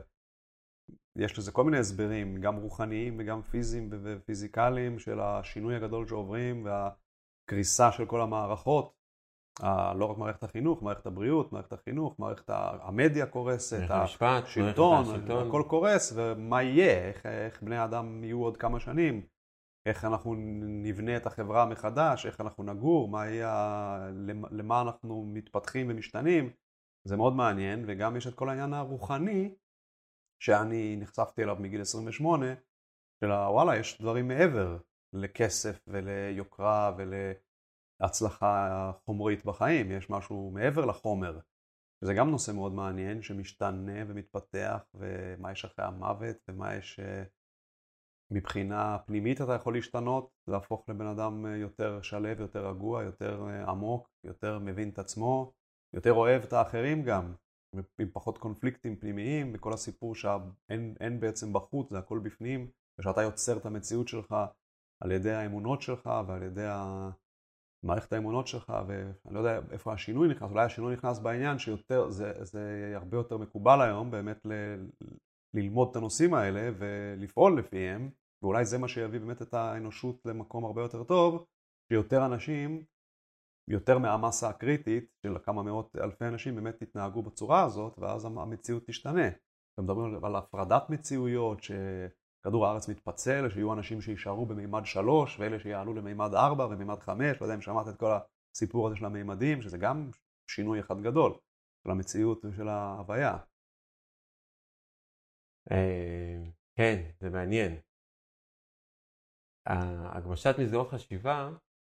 שיש לזה כל מיני הסברים, גם רוחניים וגם פיזיים ופיזיקליים, של השינוי הגדול שעוברים והקריסה של כל המערכות. לא רק מערכת החינוך, מערכת הבריאות, מערכת החינוך, מערכת המדיה קורסת, השלטון, הכל קורס, ומה יהיה, איך בני האדם יהיו עוד כמה שנים, איך אנחנו נבנה את החברה מחדש, איך אנחנו נגור, למה אנחנו מתפתחים ומשתנים, זה מאוד מעניין, וגם יש את כל העניין הרוחני, שאני נחשפתי אליו מגיל 28, של וואלה, יש דברים מעבר לכסף וליוקרה ולהצלחה חומרית בחיים, יש משהו מעבר לחומר. וזה גם נושא מאוד מעניין שמשתנה ומתפתח, ומה יש אחרי המוות, ומה יש מבחינה פנימית אתה יכול להשתנות, להפוך לבן אדם יותר שלב, יותר רגוע, יותר עמוק, יותר מבין את עצמו, יותר אוהב את האחרים גם, עם פחות קונפליקטים פנימיים, וכל הסיפור שאין בעצם בחוץ, זה הכל בפנים, ושאתה יוצר את המציאות שלך על ידי האמונות שלך ועל ידי מערכת האמונות שלך, ואני לא יודע איפה השינוי נכנס, אולי השינוי נכנס בעניין שיותר, זה הרבה יותר מקובל היום באמת ללמוד את הנושאים האלה ולפעול לפיהם, ואולי זה מה שיביא באמת את האנושות למקום הרבה יותר טוב, שיותר אנשים, יותר מהמסה הקריטית של כמה מאות אלפי אנשים באמת יתנהגו בצורה הזאת, ואז המציאות תשתנה. ומדברים על הפרדת מציאויות, שכדור הארץ מתפצל, שיהיו אנשים שישארו במימד 3, ואלה שיעלו למימד 4 ומימד 5, לא יודע אם שמעת את כל הסיפור הזה של המימדים, שזה גם שינוי אחד גדול, של המציאות ושל ההוויה. כן, זה מעניין. הגמשת מסגרות חשיבה,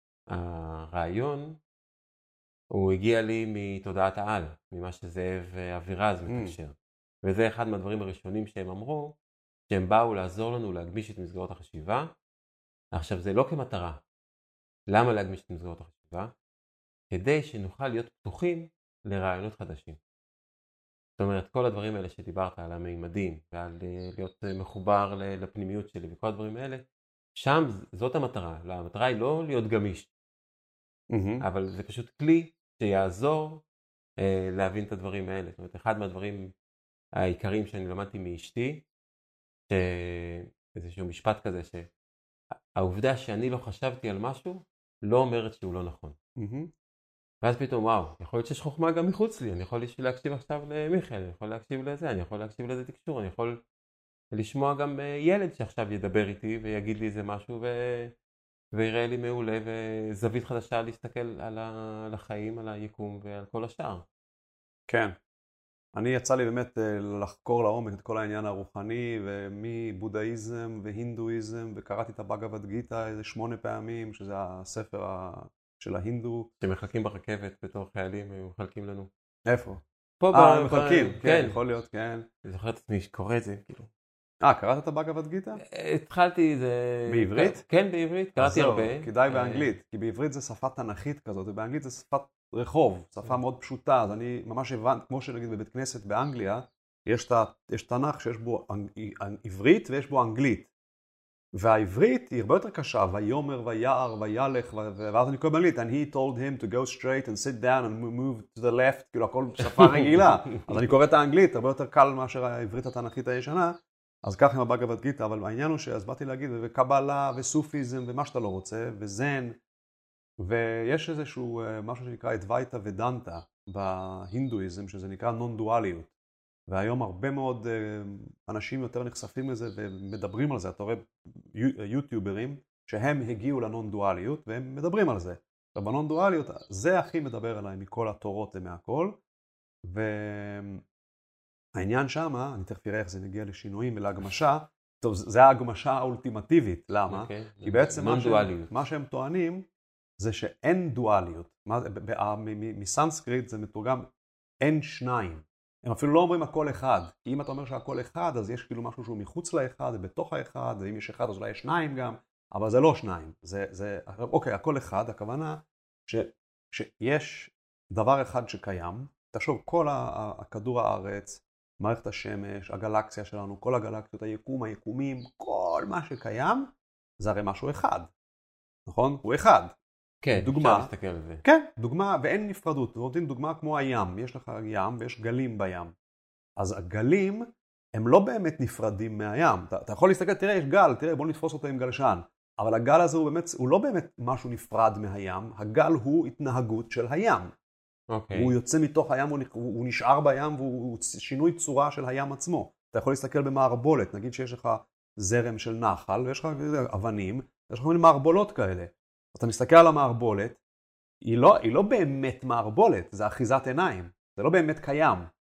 הרעיון, הוא הגיע לי מתודעת העל, ממה שזאב אבירז מתקשר. וזה אחד מהדברים הראשונים שהם אמרו, שהם באו לעזור לנו להגמיש את מסגרות החשיבה. עכשיו, זה לא כמטרה. למה להגמיש את מסגרות החשיבה? כדי שנוכל להיות פתוחים לרעיונות חדשים. זאת אומרת, כל הדברים האלה שדיברת על המימדים, ועל להיות מחובר לפנימיות שלי, וכל הדברים האלה, שם זאת המטרה. המטרה היא לא להיות גמיש, אבל זה פשוט כלי שיעזור להבין את הדברים האלה. זאת אומרת, אחד מהדברים העיקריים שאני למדתי מאשתי, איזשהו משפט כזה, שהעובדה שאני לא חשבתי על משהו, לא אומרת שהוא לא נכון. ואז פתאום, וואו, יכול להיות שיש חוכמה גם מחוץ לי, אני יכול להקשיב עכשיו למיכאל, אני יכול להקשיב לזה, אני יכול להקשיב לזה תקשור, אני יכול לשמוע גם ילד שעכשיו ידבר איתי ויגיד לי איזה משהו ויראה לי מעולה, וזווית חדשה להסתכל על החיים, על היקום ועל כל השאר. כן. אני יצא לי באמת לחקור לעומק את כל העניין הרוחני, ומבודהיזם והינדואיזם, וקראתי את הבאגavad גיטה איזה 8 פעמים, שזה הספר של ההינדו. שמחלקים ברכבת בתור חיילים, הם מחלקים לנו. איפה? פה מחלקים, כן, יכול להיות, כן. אני זוכר את עצמי שקורא את זה, כאילו. קראת את הבאגavad גיטה? התחלתי זה... בעברית? כן, בעברית, קראתי הרבה. כדאי באנגלית, כי בעברית זה שפה תנכית כזאת, ובאנגלית זה שפת רחוב, שפה מאוד פשוטה, אז אני ממש הבנתי, כמו שנגיד בבית כנסת באנגליה, יש תנ"ך שיש בו עברית ויש בו אנגלית. והעברית היא הרבה יותר קשה, ויומר, ויער, וילך, ואז אני קורא באנגלית, and he told him to go straight and sit down and move to the left, כאילו הכל שפה רגילה. אז אני קורא את האנגלית, הרבה יותר קל מאשר העברית התנ"כית הישנה, אז כך עם הבאגavad גיטה, אבל העניין הוא שאז באתי להגיד, וקבלה וסופיזם ומה שאתה לא רוצה, וזן, ויש איזשהו משהו שנקרא אדווייתא ודנטה בהינדואיזם, שזה נקרא נון-דואליות. והיום הרבה מאוד אנשים יותר נחשפים לזה ומדברים על זה. אתה רואה יוטיוברים שהם הגיעו לנון-דואליות והם מדברים על זה. ובנון-דואליות זה הכי מדבר עליי מכל התורות ומהכל. והעניין שמה, אני תכף אראה איך זה נגיע לשינויים ולהגמשה, טוב, זה ההגמשה האולטימטיבית. למה? כי בעצם מה שהם טוענים זה שאין דואליות. מסנסקריט זה מתורגם אין שניים. הם אפילו לא אומרים הכל אחד, כי אם אתה אומר שהכל אחד, אז יש כאילו משהו שהוא מחוץ לאחד, ובתוך האחד, ואם יש אחד אז אולי יש שניים גם, אבל זה לא שניים. אוקיי, הכל אחד, הכוונה שיש דבר אחד שקיים, תחשוב, כל הכדור הארץ, מערכת השמש, הגלקסיה שלנו, כל הגלקסיות, היקום, היקומים, כל מה שקיים, זה הרי משהו אחד, נכון? הוא אחד. כן, דוגמה, אפשר להסתכל על זה. כן, דוגמה, ואין נפרדות. נותנים דוגמה כמו הים. יש לך ים ויש גלים בים. אז הגלים הם לא באמת נפרדים מהים. אתה יכול להסתכל, תראה, יש גל, תראה, בוא נתפוס אותו עם גלשן. אבל הגל הזה הוא לא באמת משהו נפרד מהים. הגל הוא התנהגות של הים. אוקיי. הוא יוצא מתוך הים, הוא נשאר בים, והוא שינוי צורה של הים עצמו. אתה יכול להסתכל במערבולת. נגיד שיש לך זרם של נחל, ויש לך אבנים, יש לך מיני מערבולות כאלה. אתה מסתכל על המערבולת, היא לא באמת מערבולת, זה אחיזת עיניים, זה לא באמת קיים.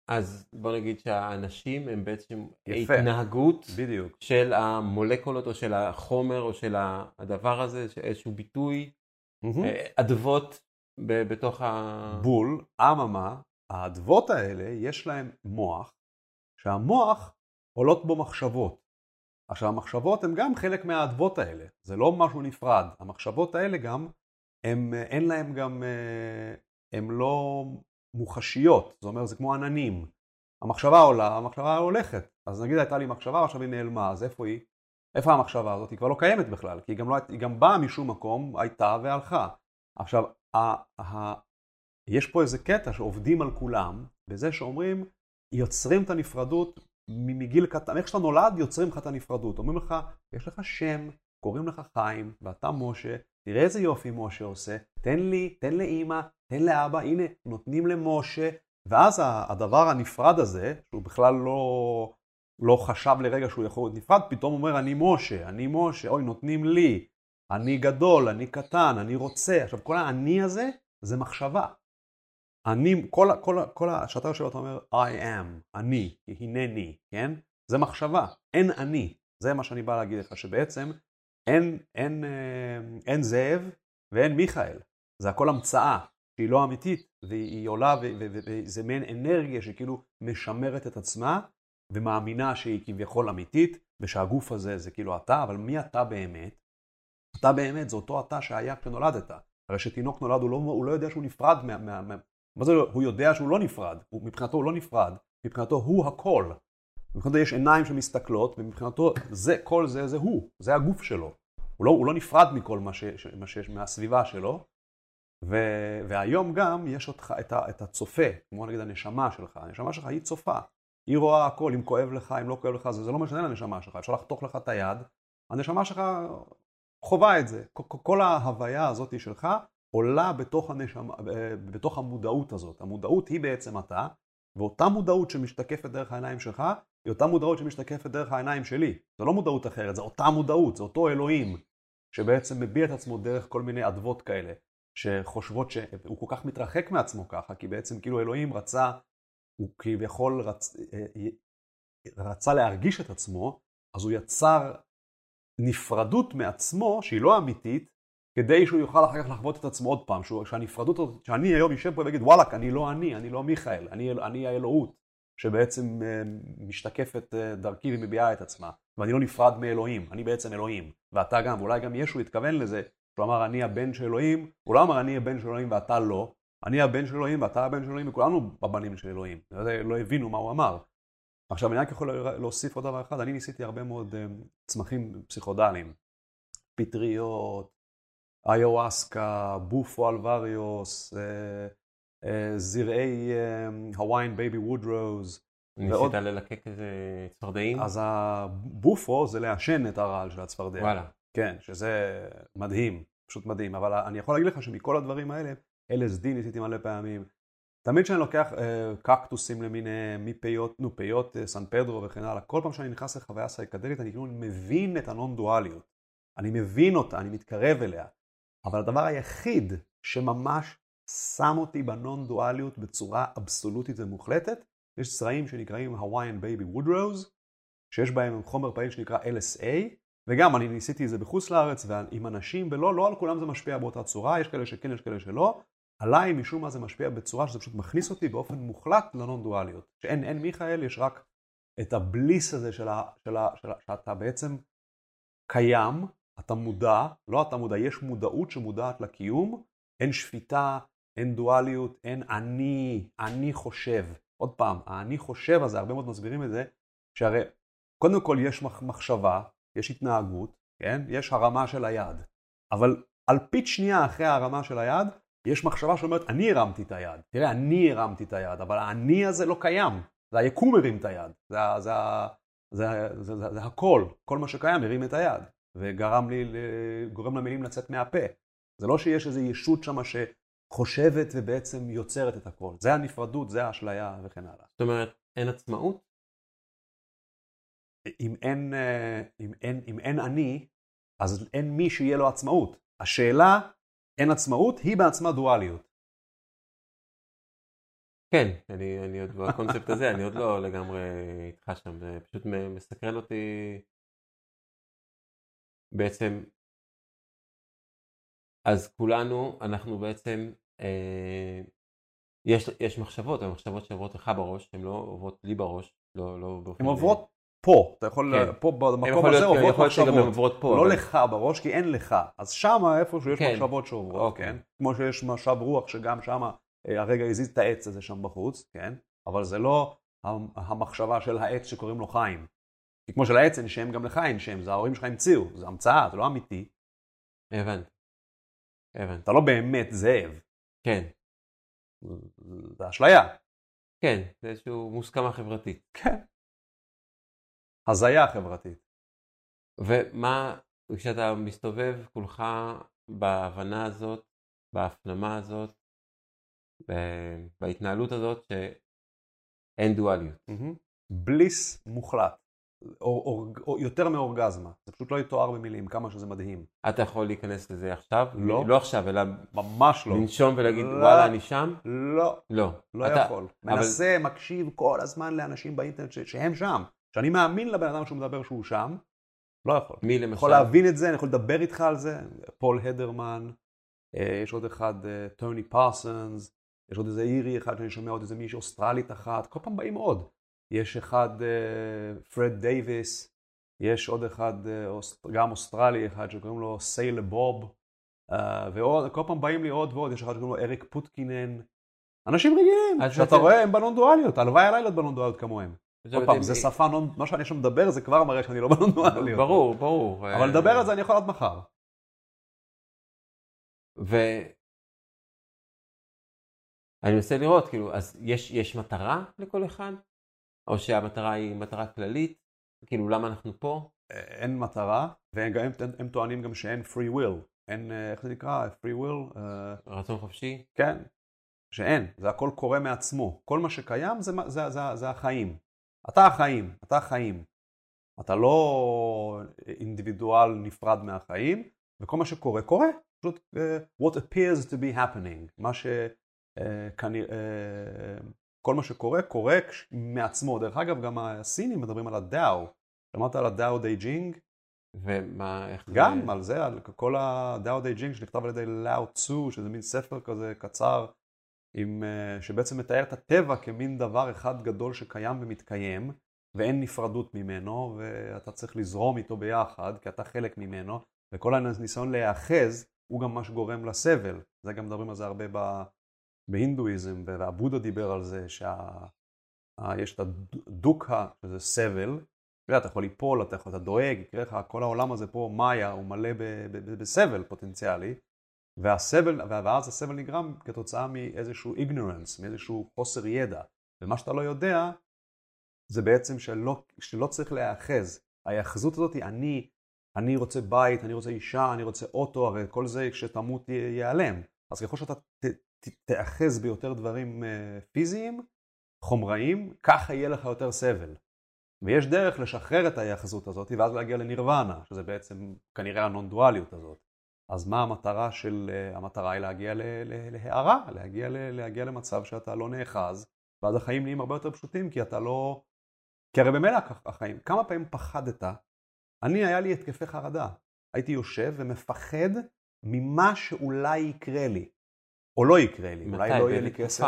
אז בוא נגיד שהאנשים הם בעצם יפה. התנהגות בדיוק. של המולקולות או של החומר או של הדבר הזה, איזשהו ביטוי, אדוות בתוך בול, אממה, האדוות האלה יש להם מוח, שהמוח עולות בו מחשבות. עכשיו, המחשבות הן גם חלק מהאדוות האלה, זה לא משהו נפרד. המחשבות האלה גם, אין להם גם, הן לא מוחשיות, זאת אומרת, זה כמו עננים. המחשבה עולה, המחשבה הולכת. אז נגיד הייתה לי מחשבה, עכשיו היא נעלמה, אז איפה היא? איפה המחשבה הזאת? היא כבר לא קיימת בכלל, כי היא גם באה משום מקום, הייתה והלכה. עכשיו, יש פה איזה קטע שעובדים על כולם, בזה שאומרים, יוצרים את הנפרדות מגיל קטן, איך שאתה נולד יוצרים לך את הנפרדות, אומרים לך, יש לך שם, קוראים לך חיים, ואתה משה, תראה איזה יופי משה עושה, תן לי, תן לאמא, תן לאבא, הנה, נותנים למשה, ואז הדבר הנפרד הזה, שהוא בכלל לא חשב לרגע שהוא יכול להיות נפרד, פתאום אומר, אני משה, אוי, נותנים לי, אני גדול, אני קטן, אני רוצה, עכשיו כל האני הזה, זה מחשבה. אני, שאתה יושב ואתה אומר, I am, אני, הנני, כן? זה מחשבה, אין אני. זה מה שאני בא להגיד לך, שבעצם אין זאב ואין מיכאל. זה הכל המצאה, שהיא לא אמיתית, והיא עולה, וזה מעין אנרגיה שכאילו משמרת את עצמה, ומאמינה שהיא כביכול אמיתית, ושהגוף הזה זה כאילו אתה, אבל מי אתה באמת? אתה באמת זה אותו אתה שהיה כשנולדת. הרי שתינוק נולד, הוא לא יודע שהוא נפרד מה זה, הוא יודע שהוא לא נפרד, מבחינתו הוא לא נפרד, מבחינתו הוא הכל. מבחינתו יש עיניים שמסתכלות, ומבחינתו כל זה הוא, זה הגוף שלו. הוא לא נפרד מכל מה שיש מהסביבה שלו, והיום גם יש אותך את הצופה, כמו נגיד הנשמה שלך. הנשמה שלך היא צופה, היא רואה הכל, אם כואב לך, אם לא כואב לך, זה לא משנה לנשמה שלך, אפשר לחתוך לך את היד, הנשמה שלך חובה את זה. כל ההוויה הזאת שלך, עולה בתוך המודעות הזאת. המודעות היא בעצם אתה, ואותה מודעות שמשתקפת דרך העיניים שלך, היא אותה מודעות שמשתקפת דרך העיניים שלי. זה לא מודעות אחרת, זה אותה מודעות, זה אותו אלוהים, שבעצם מביע את עצמו דרך כל מיני אדוות כאלה, שחושבות שהוא כל כך מתרחק מעצמו ככה, כי בעצם כאילו אלוהים הוא כביכול רצה להרגיש את עצמו, אז הוא יצר נפרדות מעצמו, שהיא לא אמיתית, כדי שהוא יוכל אחר כך לחוות את עצמו עוד פעם, שהנפרדות, שאני היום יושב פה ויגיד, וואלק, אני לא מיכאל, אני האלוהות, שבעצם משתקפת דרכי ומביעה את עצמה, ואני לא נפרד מאלוהים, אני בעצם אלוהים, ואתה גם, ואולי גם ישו התכוון לזה, שהוא אמר, אני הבן של אלוהים, הוא לא אמר, אני הבן של אלוהים ואתה לא, אני הבן של אלוהים ואתה הבן של אלוהים, וכולנו הבנים של אלוהים, לא הבינו מה הוא אמר. עכשיו, אני רק יכול להוסיף עוד דבר אחד, אני ניסיתי הרבה מאוד צמחים פסיכודליים, פטריות, איואסקה, בופו אלווריוס, זרעי הוויין בייבי וודרוז. ניסית ללקק איזה צפרדעים? אז הבופו זה לעשן את הרעל של הצפרדע. וואלה. כן, שזה מדהים, פשוט מדהים. אבל אני יכול להגיד לך שמכל הדברים האלה, LSD ניסיתי מלא פעמים. תמיד שאני לוקח קקטוסים למיניהם, פיות סן פדרו וכן הלאה, כל פעם שאני נכנס לחוויה סייקדלית, אני כאילו מבין את הנון-דואליות. אני מבין אותה, אני מתקרב אליה. אבל הדבר היחיד שממש שם אותי בנון-דואליות בצורה אבסולוטית ומוחלטת, יש זרעים שנקראים Hawaiian Baby Woodrose, שיש בהם חומר פעיל שנקרא LSA, וגם אני ניסיתי את זה בחוץ לארץ ועם אנשים, ולא על כולם זה משפיע באותה צורה, יש כאלה שכן, יש כאלה שלא. עליי משום מה זה משפיע בצורה שזה פשוט מכניס אותי באופן מוחלט לנון-דואליות. שאין מיכאל, יש רק את הבליס הזה שאתה בעצם קיים, אתה מודע, לא אתה מודע, יש מודעות שמודעת לקיום, אין שפיטה, אין דואליות, אין אני חושב. עוד פעם, אני חושב הזה, הרבה מאוד מסבירים את זה, שהרי קודם כל יש מחשבה, יש התנהגות, כן? יש הרמה של היד. אבל על פית שנייה אחרי הרמה של היד, יש מחשבה שאומרת, אני הרמתי את היד. תראה, אני הרמתי את היד, אבל האני הזה לא קיים. זה היקום הרים את היד. זה הכל. כל מה שקיים הרים את היד. וגורם למילים לצאת מהפה. זה לא שיש איזו ישות שמה שחושבת ובעצם יוצרת את הכל. זה הנפרדות, זה האשליה וכן הלאה. זאת אומרת, אין עצמאות? אם אין אני, אז אין מי שיהיה לו עצמאות. השאלה, אין עצמאות, היא בעצמה דואליות. כן, אני עוד בקונספט הזה, אני עוד לא לגמרי איתך שם, זה פשוט מסקרן אותי בעצם, אז כולנו, אנחנו בעצם, יש מחשבות, המחשבות שעוברות לך בראש, הן לא עוברות לי בראש, לא באופן... הן עוברות פה, אתה יכול, פה במקום הזה עוברות מחשבות, לא לך בראש, כי אין לך. אז שם איפשהו יש מחשבות שעוברות, כן? כמו שיש משב רוח שגם שם הרגע הזיז את העץ הזה שם בחוץ, כן? אבל זה לא המחשבה של העץ שקוראים לו חיים. כי כמו של העץ אין שם, גם לך אין שם, זה ההורים שלך המציאו, זה המצאה, זה לא אמיתי. הבנתי. אתה לא באמת זאב. כן. זה אשליה. כן, זה איזשהו מוסכמה חברתית. כן. הזיה חברתית. ומה, כשאתה מסתובב כולך בהבנה הזאת, בהפנמה הזאת, בהתנהלות הזאת שאין דואליות. בליס מוחלט. או יותר מאורגזמה. זה פשוט לא יתואר במילים, כמה שזה מדהים. אתה יכול להיכנס לזה עכשיו? לא. לא עכשיו, אלא ממש לא. לנשום ולהגיד, וואלה, אני שם? לא. לא. לא יכול. מנסה, מקשיב כל הזמן לאנשים באינטרנט שהם שם. שאני מאמין לבן אדם שהוא מדבר שהוא שם, לא יכול. מי למשל? יכול להבין את זה, אני יכול לדבר איתך על זה. פול הדרמן, יש עוד אחד, טוני פרסונס, יש עוד איזה אירי אחד שאני שומע, עוד איזה מישהו אוסטרלית אחת, כל פעם באים עוד. יש אחד, פרד דייביס, יש עוד אחד, גם אוסטרלי אחד שקוראים לו סיילה בוב, ועוד, כל פעם באים לי עוד ועוד, יש אחד שקוראים לו אריק פוטקינן, אנשים רגילים, שאתה רואה הם בנון-דואליות, הלוואי עליי להיות בנון-דואליות כמוהם. עוד פעם, זה שפה, מה שאני שם מדבר זה כבר מראה שאני לא בנון-דואליות. ברור. אבל לדבר על זה אני יכול עד מחר. אני מנסה לראות, כאילו, אז יש מטרה לכל אחד? או שהמטרה היא מטרה כללית? כאילו, למה אנחנו פה? אין מטרה, והם טוענים גם שאין free will. אין, איך זה נקרא? free will? רצון חופשי? כן, שאין. זה הכל קורה מעצמו. כל מה שקיים זה החיים. אתה החיים. אתה לא אינדיבידואל נפרד מהחיים, וכל מה שקורה, קורה. פשוט what appears to be happening. מה כל מה שקורה, קורה מעצמו. דרך אגב, גם הסינים מדברים על הדאו. שמעת על הדאו די ג'ינג? ומה, איך גם זה? על זה, על כל הדאו די ג'ינג שנכתב על ידי לאו צו, שזה מין ספר כזה קצר, שבעצם מתאר את הטבע כמין דבר אחד גדול שקיים ומתקיים, ואין נפרדות ממנו, ואתה צריך לזרום איתו ביחד, כי אתה חלק ממנו, וכל הניסיון להיאחז הוא גם מה שגורם לסבל. זה גם מדברים על זה הרבה בהינדואיזם, והבודה דיבר על זה שיש את הדוקה, שזה סבל, אתה יכול ליפול, אתה דואג, יקרה לך, כל העולם הזה פה, מאיה, הוא מלא בסבל פוטנציאלי, ואז הסבל נגרם כתוצאה מאיזשהו ignorance, מאיזשהו חוסר ידע, ומה שאתה לא יודע, זה בעצם שלא צריך להיאחז. ההיאחזות הזאת היא אני רוצה בית, אני רוצה אישה, אני רוצה אוטו, הרי כל זה כשתמות ייעלם. אז ככל שאתה תאחז ביותר דברים פיזיים, חומריים, ככה יהיה לך יותר סבל. ויש דרך לשחרר את ההיאחזות הזאת, ואז להגיע לנירוונה, שזה בעצם כנראה הנון-דואליות הזאת. אז מה המטרה המטרה היא להגיע להערה, להגיע למצב שאתה לא נאחז, ואז החיים נהיים הרבה יותר פשוטים, כי הרי במילא החיים, כמה פעמים פחדת, היה לי התקפי חרדה, הייתי יושב ומפחד ממה שאולי יקרה לי, או לא יקרה לי, אולי לא יהיה לי כסף,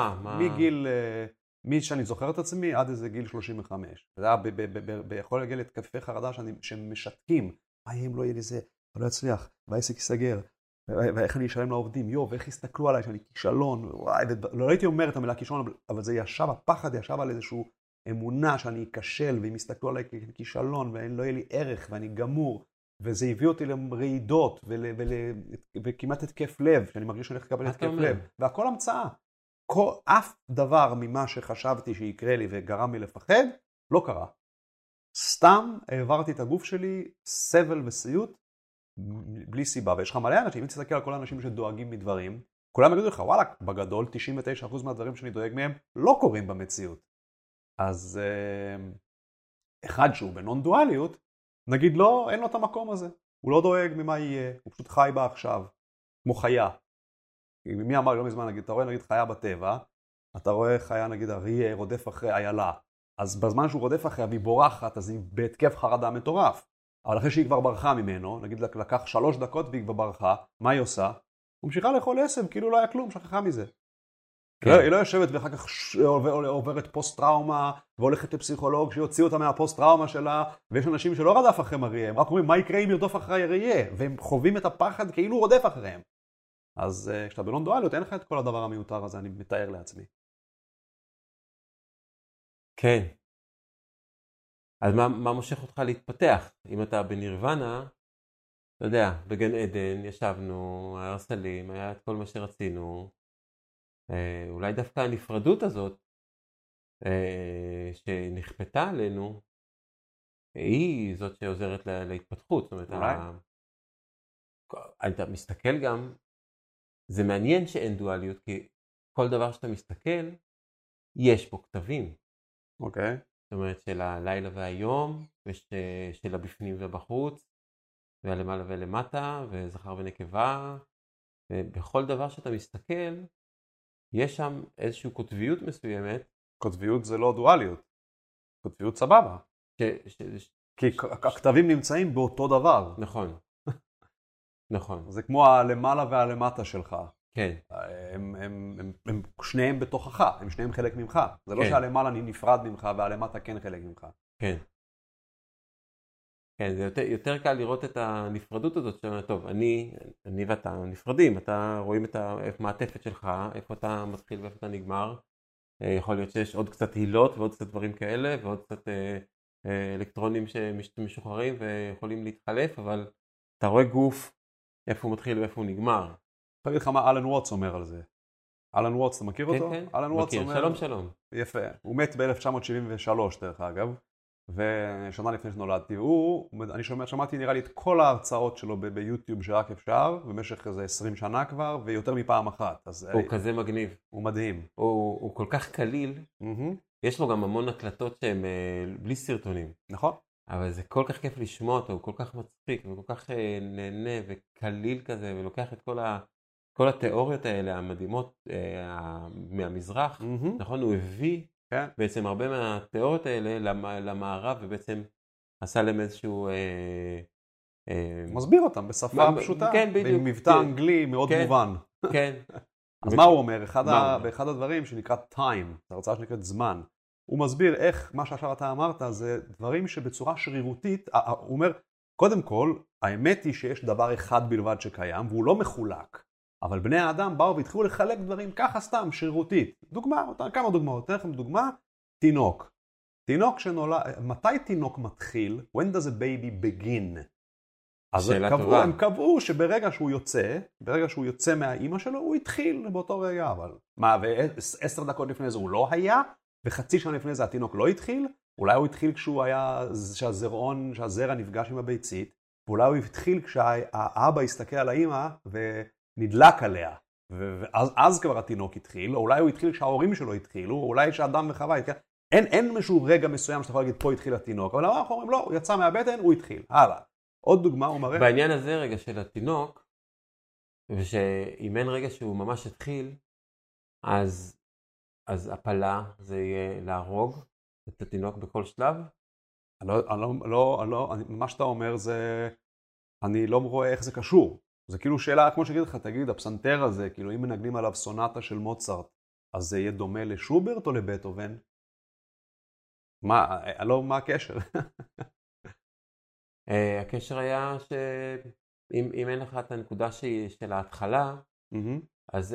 שאני זוכר את עצמי עד איזה גיל 35, זה היה יכול להגיע להתקפי חרדה שמשתקים, מה יהיה אם לא יהיה לי זה, אני לא אצליח, והעסק ייסגר, ואיך אני אשלם לעובדים, ואיך יסתכלו עליי שאני כישלון, לא הייתי אומר את המילה כישלון, אבל זה הפחד ישב על איזושהי אמונה שאני אכשל, והם יסתכלו עליי ככישלון, ולא יהיה לי ערך, ואני גמור, וזה הביא אותי לרעידות, וכמעט התקף לב, שאני מרגיש שאני הולך לקבל התקף לב, והכל המצאה. אף דבר ממה שחשבתי שיקרה לי וגרם לי לפחד, לא קרה. סתם העברתי את הגוף שלי סבל וסיוט, בלי סיבה, ויש לך מלא אנשים, אם תסתכל על כל האנשים שדואגים מדברים, כולם יגידו לך, וואלה, בגדול 99% מהדברים שאני דואג מהם לא קורים במציאות. אז אחד שהוא בנון-דואליות, נגיד לא, אין לו את המקום הזה. הוא לא דואג ממה יהיה, הוא פשוט חי בה עכשיו, כמו חיה. מי אמר לא מזמן, אתה רואה נגיד חיה בטבע, אתה רואה חיה, נגיד, אריה רודף אחרי איילה. אז בזמן שהוא רודף אחריה והיא בורחת, אז היא בהתקף חרדה מטורף. אבל אחרי שהיא כבר ברחה ממנו, נגיד לקח 3 דקות והיא כבר ברחה, מה היא עושה? הוא ממשיכה לאכול עשב, כאילו לא היה כלום, שכחה מזה. כן. היא לא יושבת ואחר כך עוברת פוסט-טראומה, והולכת לפסיכולוג שיוציא אותה מהפוסט-טראומה שלה, ויש אנשים שלא רדף אחריהם אריה, הם רק אומרים, מה יקרה אם ירדוף אחרי אריה? והם חווים את הפחד כאילו הוא רודף אחריהם. אז כשאתה בלון דואליות, אין לך את כל הדבר המיותר הזה, אני מתאר לעצמי. כן. אז מה מושך אותך להתפתח? אם אתה בנירוונה, אתה יודע, בגן עדן ישבנו, היה סלים, היה את כל מה שרצינו, אולי דווקא הנפרדות הזאת שנכפתה עלינו, היא זאת שעוזרת להתפתחות. זאת אומרת, אתה מסתכל גם, זה מעניין שאין דואליות, כי כל דבר שאתה מסתכל, יש בו כתבים. אוקיי. זאת אומרת, של הלילה והיום, ושל הבפנים ובחוץ, והלמעלה ולמטה, וזכר ונקבה, ובכל דבר שאתה מסתכל, יש שם איזושהי קוטביות מסוימת. קוטביות זה לא דואליות. קוטביות סבבה. כי הכתבים נמצאים באותו דבר. נכון. נכון. זה כמו הלמעלה והלמטה שלך. כן. הם שניהם בתוכך, הם שניהם חלק ממך. זה לא שהלמעלה נפרד ממך והלמטה כן חלק ממך. כן. כן, זה יותר קל לראות את הנפרדות הזאת, שאומר, טוב, אני ואתה נפרדים, אתה רואים את המעטפת שלך, איפה אתה מתחיל ואיפה אתה נגמר. יכול להיות שיש עוד קצת הילות ועוד קצת דברים כאלה, ועוד קצת אלקטרונים שמשוחררים ויכולים להתחלף, אבל אתה רואה גוף, איפה הוא מתחיל ואיפה הוא נגמר. אני אגיד לך מה אלן ווטס אומר על זה. אלן ווטס, אתה מכיר אותו? כן, אלן ווטס מכיר, אומר... שלום שלום. יפה, הוא מת ב-1973 דרך אגב, ושנה לפני שנולדתי. אני שמעתי נראה לי את כל ההרצאות שלו ביוטיוב שרק אפשר, במשך איזה 20 שנה כבר, ויותר מפעם אחת. הוא כזה מגניב. הוא מדהים. הוא כל כך קליל, יש לו גם המון הקלטות שהן בלי סרטונים. נכון. אבל זה כל כך כיף לשמוע אותו, הוא כל כך מצחיק, וכל כך נהנה וקליל כזה, ולוקח את כל התיאוריות האלה המדהימות מהמזרח. נכון, הוא הביא בעצם הרבה מהתיאוריות האלה למערב, ובעצם עשה להם איזשהו... מסביר אותם בשפה פשוטה, במבטא אנגלי מאוד מובן. כן. אז מה הוא אומר? באחד הדברים שנקרא time, זו הרצאה שנקראת זמן, הוא מסביר איך מה שעכשיו אתה אמרת זה דברים שבצורה שרירותית, הוא אומר, קודם כל, האמת היא שיש דבר אחד בלבד שקיים, והוא לא מחולק. אבל בני האדם באו והתחילו לחלק דברים ככה סתם, שרירותית. דוגמה, כמה דוגמאות. אתן לכם דוגמה, תינוק. תינוק שנולד, מתי תינוק מתחיל? When does a baby begin? אז הם קבעו שברגע שהוא יוצא מהאימא שלו, הוא התחיל באותו רגע. אבל מה, ו10 דקות לפני זה הוא לא היה? וחצי שנה לפני זה התינוק לא התחיל? אולי הוא התחיל שהזרע נפגש עם הביצית, ואולי הוא התחיל כשהאבא הסתכל על האימא ונדלק עליה, ואז כבר התינוק התחיל, או אולי הוא התחיל כשההורים שלו התחילו, או אולי כשאדם וחווה התחיל. אין משהו רגע מסוים שאתה יכול להגיד פה התחיל התינוק, אבל אנחנו אומרים לא, הוא יצא מהבטן, הוא התחיל. הלאה. עוד דוגמה הוא מראה. בעניין הזה רגע של התינוק, ושאם אין רגע שהוא ממש התחיל, אז הפלה זה יהיה להרוג את התינוק בכל שלב? מה שאתה אומר זה, אני לא רואה איך זה קשור. זה כאילו שאלה, כמו שגיד לך, תגיד, הפסנתר הזה, כאילו אם מנגנים עליו סונטה של מוצרט, אז זה יהיה דומה לשוברט או לבטהובן? מה הקשר? הקשר היה שאם אין לך את הנקודה של ההתחלה, אז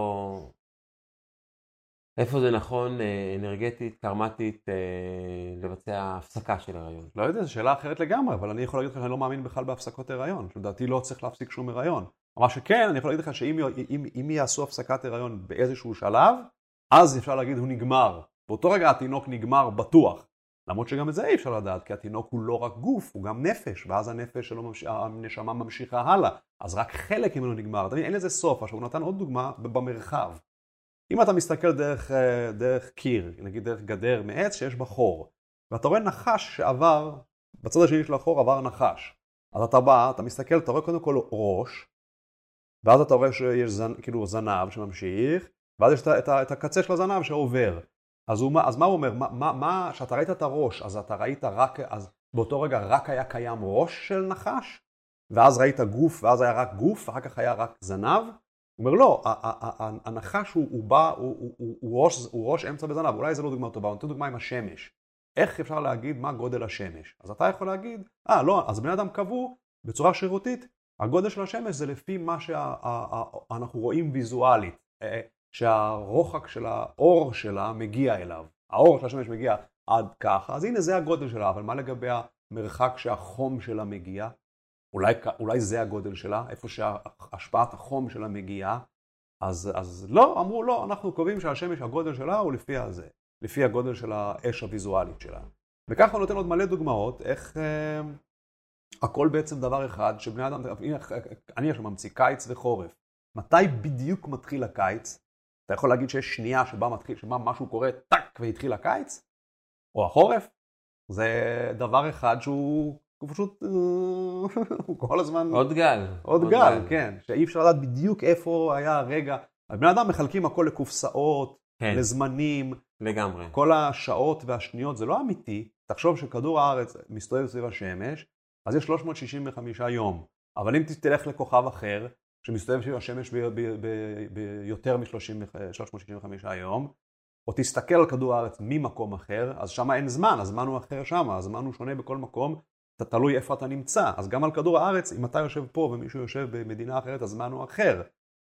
איפה זה נכון אנרגטית, קרמטית, לבצע הפסקה של הריון? לא יודע, זו שאלה אחרת לגמרי, אבל אני יכול להגיד לך שאני לא מאמין בכלל בהפסקות הריון. לדעתי לא צריך להפסיק שום הריון. מה שכן, אני יכול להגיד לך שאם יעשו הפסקת הריון באיזשהו שלב, אז אפשר להגיד הוא נגמר. באותו רגע התינוק נגמר בטוח. למרות שגם את זה אי אפשר לדעת, כי התינוק הוא לא רק גוף, הוא גם נפש, ואז הנפש שלו, הנשמה ממשיכה הלאה. אז רק חלק ממנו נגמר. אין לזה סוף. עכשיו הוא נתן עוד דוגמה במרחב. אם אתה מסתכל דרך קיר, נגיד דרך גדר מעץ שיש בה חור, ואתה רואה נחש שעבר, בצד השני של החור עבר נחש. אז אתה בא, אתה מסתכל, אתה רואה קודם כל ראש, ואז אתה רואה שיש כאילו זנב שממשיך, ואז יש את הקצה של הזנב שעובר. אז מה הוא אומר? שאתה ראית את הראש, אז אתה ראית אז באותו רגע רק היה קיים ראש של נחש, ואז ראית גוף, ואז היה רק גוף, ואחר כך היה רק זנב. הוא אומר, לא, הנחש הוא ראש אמצע וזנב, אולי זה לא דוגמה טובה, נותן דוגמה עם השמש. איך אפשר להגיד מה גודל השמש? אז אתה יכול להגיד, לא, אז בני אדם קבעו בצורה שרירותית, הגודל של השמש זה לפי מה שאנחנו רואים ויזואלית, שהרוחק של האור שלה מגיע אליו. האור של השמש מגיע עד ככה, אז הנה זה הגודל שלה, אבל מה לגבי המרחק שהחום שלה מגיע? אולי זה הגודל שלה, איפה שהשפעת החום שלה מגיעה. אז לא, אמרו לא, אנחנו קובעים שהשמש הגודל שלה הוא לפי הגודל של האש הוויזואלית שלה. וככה הוא נותן עוד מלא דוגמאות, איך הכל בעצם דבר אחד, שבני אדם, אני עכשיו ממציא קיץ וחורף. מתי בדיוק מתחיל הקיץ? אתה יכול להגיד שיש שנייה שבה משהו קורה טק והתחיל הקיץ? או החורף? זה דבר אחד שהוא פשוט, הוא כל הזמן... עוד גל, כן. שאי אפשר לדעת בדיוק איפה היה הרגע. בני אדם מחלקים הכל לקופסאות, כן. לזמנים. לגמרי. כל השעות והשניות, זה לא אמיתי. תחשוב שכדור הארץ מסתובב סביב השמש, אז יש 365 יום. אבל אם תלך לכוכב אחר, שמסתובב סביב השמש ביותר מ-365 יום, או תסתכל על כדור הארץ ממקום אחר, אז שם אין זמן, הזמן הוא אחר שם, הזמן הוא שונה בכל מקום, אתה תלוי איפה אתה נמצא. אז גם על כדור הארץ, אם אתה יושב פה ומישהו יושב במדינה אחרת, הזמן הוא אחר.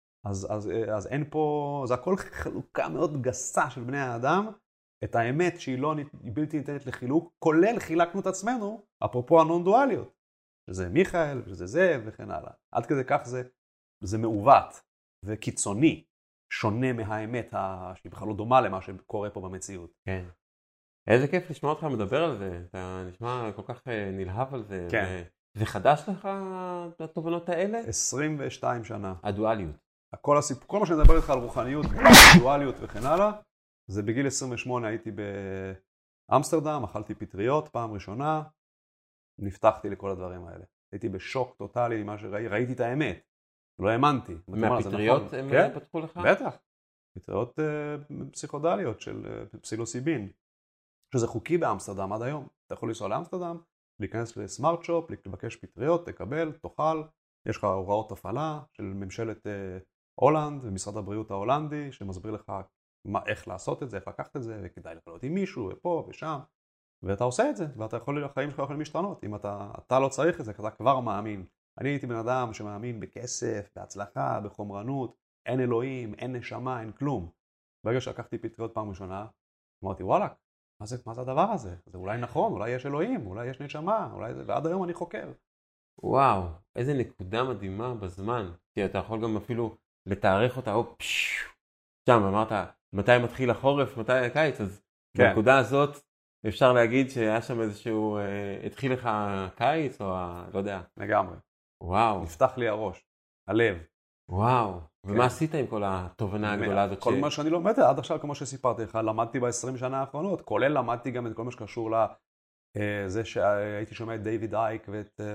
אז אין פה, זה הכל חלוקה מאוד גסה של בני האדם, את האמת שהיא בלתי ניתנת לחילוק, כולל חילקנו את עצמנו, אפרופו הנון-דואליות, שזה מיכאל, שזה זה וכן הלאה. עד כדי כך זה מעוות וקיצוני, שונה מהאמת שהיא בכלל לא דומה למה שקורה פה במציאות. כן. איזה כיף לשמוע אותך מדבר על זה, אתה נשמע כל כך נלהב על זה. כן. זה חדש לך, התובנות האלה? 22 שנה. הדואליות. כל מה שאני מדבר איתך על רוחניות, דואליות וכן הלאה, זה בגיל 28 הייתי באמסטרדם, אכלתי פטריות פעם ראשונה, נפתחתי לכל הדברים האלה. הייתי בשוק טוטלי ממה שראיתי את האמת. לא האמנתי. מהפטריות הם פתחו לך? בטח. פטריות פסיכודליות של פסילוסיבין, שזה חוקי באמסטרדם עד היום. אתה יכול לנסוע לאמסטרדם, להיכנס לסמארט שופ, לבקש פטריות, תקבל, תאכל. יש לך הוראות הפעלה של ממשלת הולנד ומשרד הבריאות ההולנדי, שמסביר לך איך לעשות את זה, איך לקחת את זה, וכדאי לקלות עם מישהו, ופה ושם. ואתה עושה את זה, החיים שלך יכולים להשתנות. אם אתה לא צריך את זה, אתה כבר מאמין. אני הייתי בן אדם שמאמין בכסף, בהצלחה, בחומרנות, אין אלוהים, אין נשמה, אין כלום. ברגע שלקחתי פטריות פעם ראשונה, אמרתי, וואלה, מה זה הדבר הזה? זה אולי נכון, אולי יש אלוהים, אולי יש נשמה, ועד היום אני חוקר. וואו, איזה נקודה מדהימה בזמן. כי אתה יכול גם אפילו לתארך אותה, שם אמרת, מתי מתחיל החורף, מתי הקיץ, אז בנקודה הזאת אפשר להגיד שהיה שם איזשהו, התחיל לך קיץ, או לא יודע. לגמרי. וואו. נפתח לי הראש, הלב. וואו. ומה עשית עם כל התובנה הגדולה הזאת? כל מה שאני לומד עד עכשיו, כמו שסיפרתי לך, למדתי ב-20 שנה האחרונות, כולל למדתי גם את כל מה שקשור לזה שהייתי שומע את דיוויד אייק,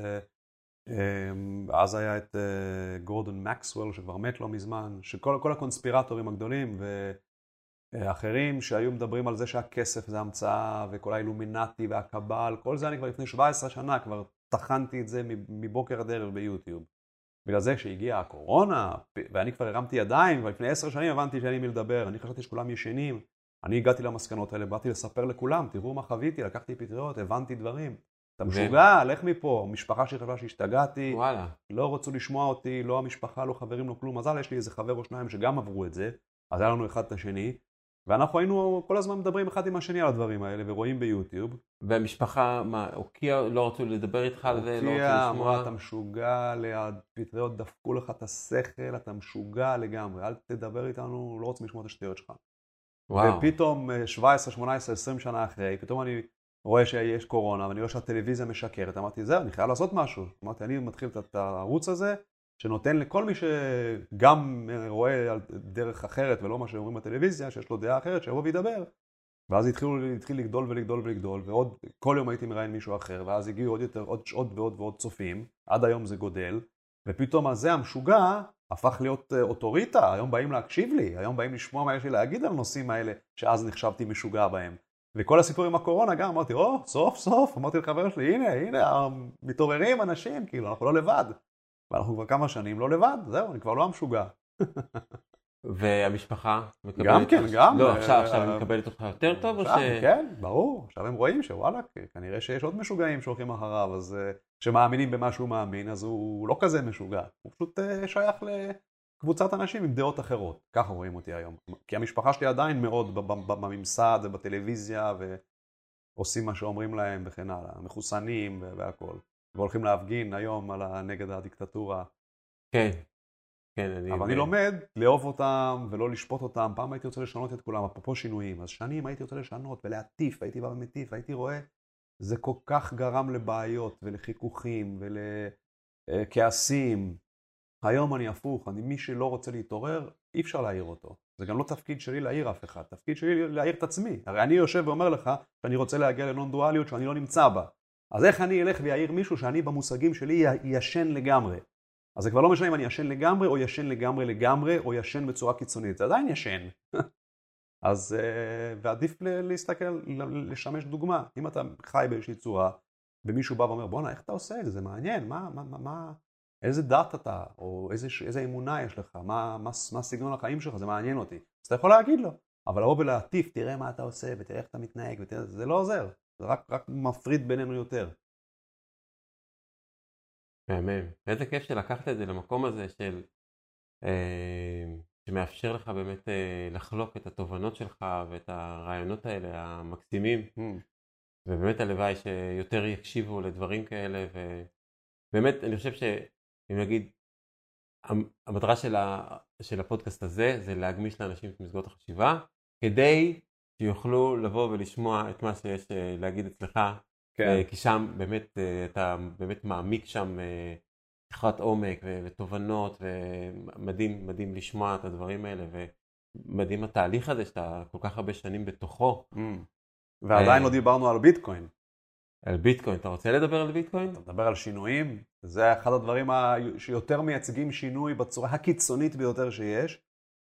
אז היה את גורדון מקסוול, שכבר מת לא מזמן, שכל הקונספירטורים הגדולים ואחרים שהיו מדברים על זה שהכסף זה המצאה, וכל האילומינטי והקבל, כל זה אני כבר לפני 17 שנה, כבר טחנתי את זה מבוקר עד ערב ביוטיוב. בגלל זה כשהגיעה הקורונה, ואני כבר הרמתי ידיים, ולפני 10 שנים הבנתי שאין לי מי לדבר, אני חשבתי שכולם ישנים, אני הגעתי למסקנות האלה, באתי לספר לכולם, תראו מה חוויתי, לקחתי פטריות, הבנתי דברים. אתה משוגע, לך מפה, משפחה שחשבה שהשתגעתי, לא רצו לשמוע אותי, לא המשפחה, לא חברים, לא כלום, מזל יש לי איזה חבר או שניים שגם עברו את זה, אז היה לנו אחד את השני, ואנחנו היינו כל הזמן מדברים אחד עם השני על הדברים האלה, ורואים ביוטיוב. והמשפחה, מה, אוקיע, לא רצו לדבר איתך על זה, לא רצו לשמוע? אוקיע, אמרה, אתה משוגע, הפטריות דפקו לך את השכל, אתה משוגע לגמרי, אל תדבר איתנו, לא רוצים לשמוע את השטויות שלך. וואו. ופתאום 17, 18, 20 שנה אחרי, פתאום אני רואה שיש קורונה, ואני רואה שהטלוויזיה משקרת, אמרתי, זהו, אני חייב לעשות משהו. אמרתי, אני מתחיל את הערוץ הזה, שנותן לכל מי שגם רואה על דרך אחרת, ולא מה שאומרים בטלוויזיה, שיש לו דעה אחרת, שיבוא וידבר. ואז התחיל לגדול ולגדול ולגדול, ועוד, כל יום הייתי מראיין מישהו אחר, ואז הגיעו עוד ועוד צופים, עד היום זה גודל, ופתאום הזה המשוגע הפך להיות אוטוריטה, היום באים להקשיב לי, היום באים לשמוע מה יש לי להגיד על הנושאים האלה שאז נחשבתי משוגע בהם. וכל הסיפור עם הקורונה גם אמרתי, סוף סוף, אמרתי לחבר שלי, הנה, מתעוררים אנשים, כאילו, אנחנו לא לבד. ואנחנו כבר כמה שנים לא לבד, זהו, אני כבר לא המשוגע. והמשפחה מקבלת... גם כן, גם. לא, עכשיו היא מקבלת אותך יותר טוב או ש... כן, ברור. עכשיו הם רואים שוואלה, כנראה שיש עוד משוגעים שהולכים אחריו, אז שמאמינים במה שהוא מאמין, אז הוא לא כזה משוגע. הוא פשוט שייך לקבוצת אנשים עם דעות אחרות. ככה רואים אותי היום. כי המשפחה שלי עדיין מאוד בממסד ובטלוויזיה, ועושים מה שאומרים להם וכן הלאה. מחוסנים והכל. והולכים להפגין היום נגד הדיקטטורה. כן. אבל אני לומד לאהוב אותם ולא לשפוט אותם. פעם הייתי רוצה לשנות את כולם, אפרופו שינויים. אז שנים הייתי רוצה לשנות ולהטיף, הייתי בא ומטיף, הייתי רואה, זה כל כך גרם לבעיות ולחיכוכים ולכעסים. היום אני הפוך, מי שלא רוצה להתעורר, אי אפשר להעיר אותו. זה גם לא תפקיד שלי להעיר אף אחד, תפקיד שלי להעיר את עצמי. הרי אני יושב ואומר לך שאני רוצה להגיע לנון דואליות שאני לא נמצא בה. אז איך אני אלך ויעיר מישהו שאני במושגים שלי ישן לגמרי? אז זה כבר לא משנה אם אני ישן לגמרי, או ישן לגמרי, או ישן בצורה קיצונית. זה עדיין ישן. אז, ועדיף להסתכל, לשמש דוגמה. אם אתה חי באיזושהי צורה, ומישהו בא ואומר, בוא'נה, איך אתה עושה את זה? זה מעניין, איזה דת אתה, או איזה אמונה יש לך, מה סגנון החיים שלך, זה מעניין אותי. אז אתה יכול להגיד לו, אבל לבוא ולהטיף, תראה מה אתה עושה, ותראה איך אתה מתנהג, זה לא עוזר. זה רק מפריד בינינו יותר. מהמם. איזה כיף שלקחת את זה למקום הזה שמאפשר לך באמת לחלוק את התובנות שלך ואת הרעיונות האלה המקסימים. ובאמת הלוואי שיותר יקשיבו לדברים כאלה. ובאמת אני חושב שאם נגיד, המטרה של הפודקאסט הזה זה להגמיש לאנשים את מסגרות החשיבה, כדי שיוכלו לבוא ולשמוע את מה שיש להגיד אצלך. כן. כי שם באמת אתה באמת מעמיק שם שיחת עומק ותובנות, ומדהים לשמוע את הדברים האלה, ומדהים התהליך הזה שאתה כל כך הרבה שנים בתוכו. ועדיין לא דיברנו על ביטקוין. על ביטקוין, אתה רוצה לדבר על ביטקוין? אתה מדבר על שינויים, זה אחד הדברים שיותר מייצגים שינוי בצורה הקיצונית ביותר שיש,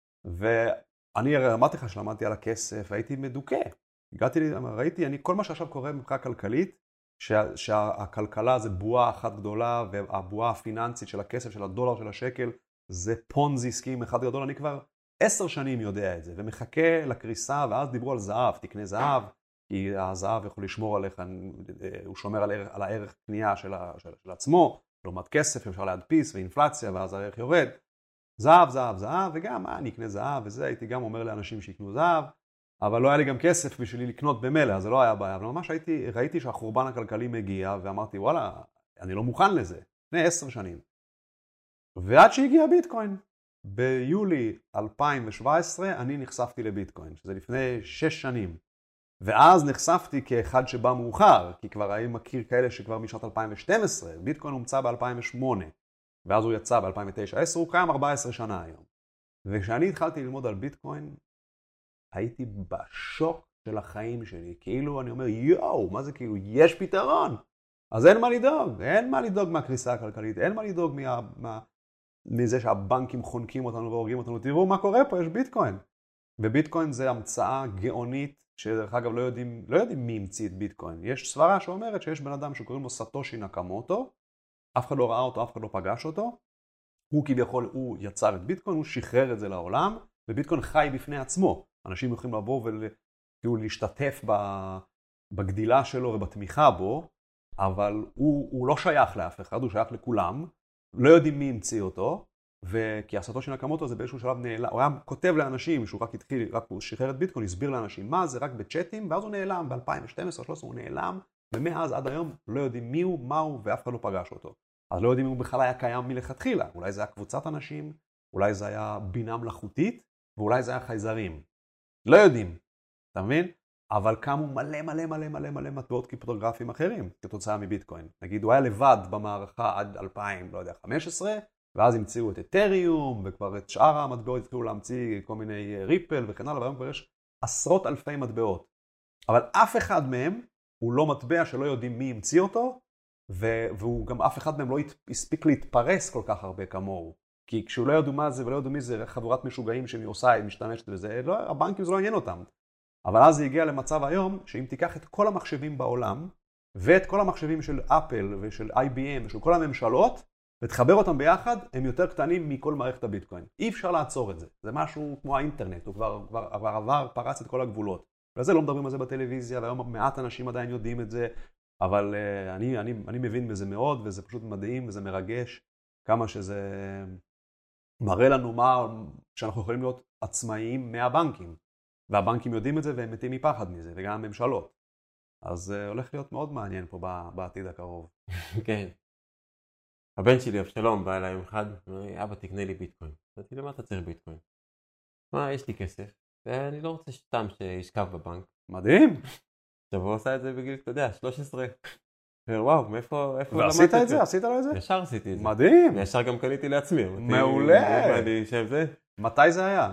ואני אמרתי לך שלמדתי על הכסף, הייתי מדוכא. ראיתי, כל מה שעכשיו קורה מבחינה כלכלית, שהכלכלה זה בועה אחת גדולה, והבועה הפיננסית של הכסף, של הדולר, של השקל, זה פונזי סקים אחד גדול. אני כבר 10 שנים יודע את זה, ומחכה לקריסה, ואז דיברו על זהב, תקנה זהב, כי הזהב יכול לשמור עליך, הוא שומר על הערך קנייה של עצמו, לעומת כסף, אפשר להדפיס, ואינפלציה, ואז הערך יורד. זהב, וגם אני אקנה זהב, וזה הייתי גם אומר לאנשים שיקנו זהב, אבל לא היה לי גם כסף בשבילי לקנות במלא, אז זה לא היה בעיה. אבל ממש ראיתי שהחורבן הכלכלי מגיע, ואמרתי, וואלה, אני לא מוכן לזה. לפני 10 שנים. ועד שהגיע ביטקוין, ביולי 2017, אני נחשפתי לביטקוין, שזה לפני 6 שנים. ואז נחשפתי כאחד שבא מאוחר, כי כבר אני מכיר כאלה שכבר משנת 2012, ביטקוין הומצא ב-2008, ואז הוא יצא ב-2009-2010, הוא קיים 14 שנה היום. וכשאני התחלתי ללמוד על ביטקוין, הייתי בשוק של החיים שלי, כאילו אני אומר, יואו, מה זה כאילו, יש פתרון. אז אין מה לדאוג מהקריסה הכלכלית, אין מה לדאוג מזה שהבנקים חונקים אותנו והורגים אותנו, תראו מה קורה פה, יש ביטקוין. וביטקוין זה המצאה גאונית, שדרך אגב לא יודעים מי המציא את ביטקוין. יש סברה שאומרת שיש בן אדם שקוראים לו סטושי נקמוטו, אף אחד לא ראה אותו, אף אחד לא פגש אותו, הוא כביכול, הוא יצר את ביטקוין, הוא שחרר את זה לעולם, וביטקוין חי בפני עצמו. אנשים יכולים לבוא ולהשתתף בגדילה שלו ובתמיכה בו, אבל הוא לא שייך לאף אחד, הוא שייך לכולם, לא יודעים מי המציא אותו, כי הסטושי נקמוטו זה באיזשהו שלב נעלם, הוא היה כותב לאנשים שהוא רק התחיל, רק הוא שחרר את ביטקוין, הסביר לאנשים מה זה רק בצ'אטים, ואז הוא נעלם ב-2012-2013 הוא נעלם, ומאז עד היום לא יודעים מי הוא, מה הוא, ואף אחד לא פגש אותו. אז לא יודעים אם הוא בכלל היה קיים מלכתחילה, אולי זה היה קבוצת אנשים, אולי זה היה בינה מלאכותית, ואולי זה היה חייזרים. לא יודעים, אתה מבין? אבל קמו מלא מטבעות קריפטוגרפיים אחרים כתוצאה מביטקוין. נגיד, הוא היה לבד במערכה עד 2015, ואז המציאו את אתריום, וכבר את שאר המטבעות התחילו להמציא כל מיני ריפל וכן הלאה, והיום כבר יש עשרות אלפי מטבעות. אבל אף אחד מהם הוא לא מטבע שלא יודעים מי המציא אותו, והוא גם אף אחד מהם לא הספיק להתפרס כל כך הרבה כמוהו. כי כשהוא לא ידעו מה זה ולא ידעו מי זה, חבורת משוגעים שעושה, משתמשת בזה, לא, הבנקים זה לא עניין אותם. אבל אז זה הגיע למצב היום, שאם תיקח את כל המחשבים בעולם, ואת כל המחשבים של אפל ושל IBM ושל כל הממשלות, ותחבר אותם ביחד, הם יותר קטנים מכל מערכת הביטקוין. אי אפשר לעצור את זה. זה משהו כמו האינטרנט, הוא כבר עבר, פרץ את כל הגבולות. ולזה לא מדברים על זה בטלוויזיה, והיום מעט אנשים עדיין יודעים את זה, אבל אני מבין בזה מאוד, וזה פשוט מדהים, וזה מרגש, כמה שזה מראה לנו שאנחנו יכולים להיות עצמאיים מהבנקים. והבנקים יודעים את זה, והם מתים מפחד מזה, וגם הממשלות. אז הולך להיות מאוד מעניין פה בעתיד הקרוב. כן. הבן שלי, אבשלום, בא אליי יום אחד, אמר, אבא תקנה לי ביטקוין. אמרתי, למה אתה צריך ביטקוין? מה, יש לי כסף, ואני לא רוצה סתם שישכב בבנק. מדהים. עכשיו הוא עושה את זה בגיל, אתה יודע, 13. וואו, מאיפה למדת את זה? ועשית את זה? עשית לו את זה? ישר עשיתי את זה. מדהים. וישר גם קניתי לעצמי. מעולה. מתי זה היה?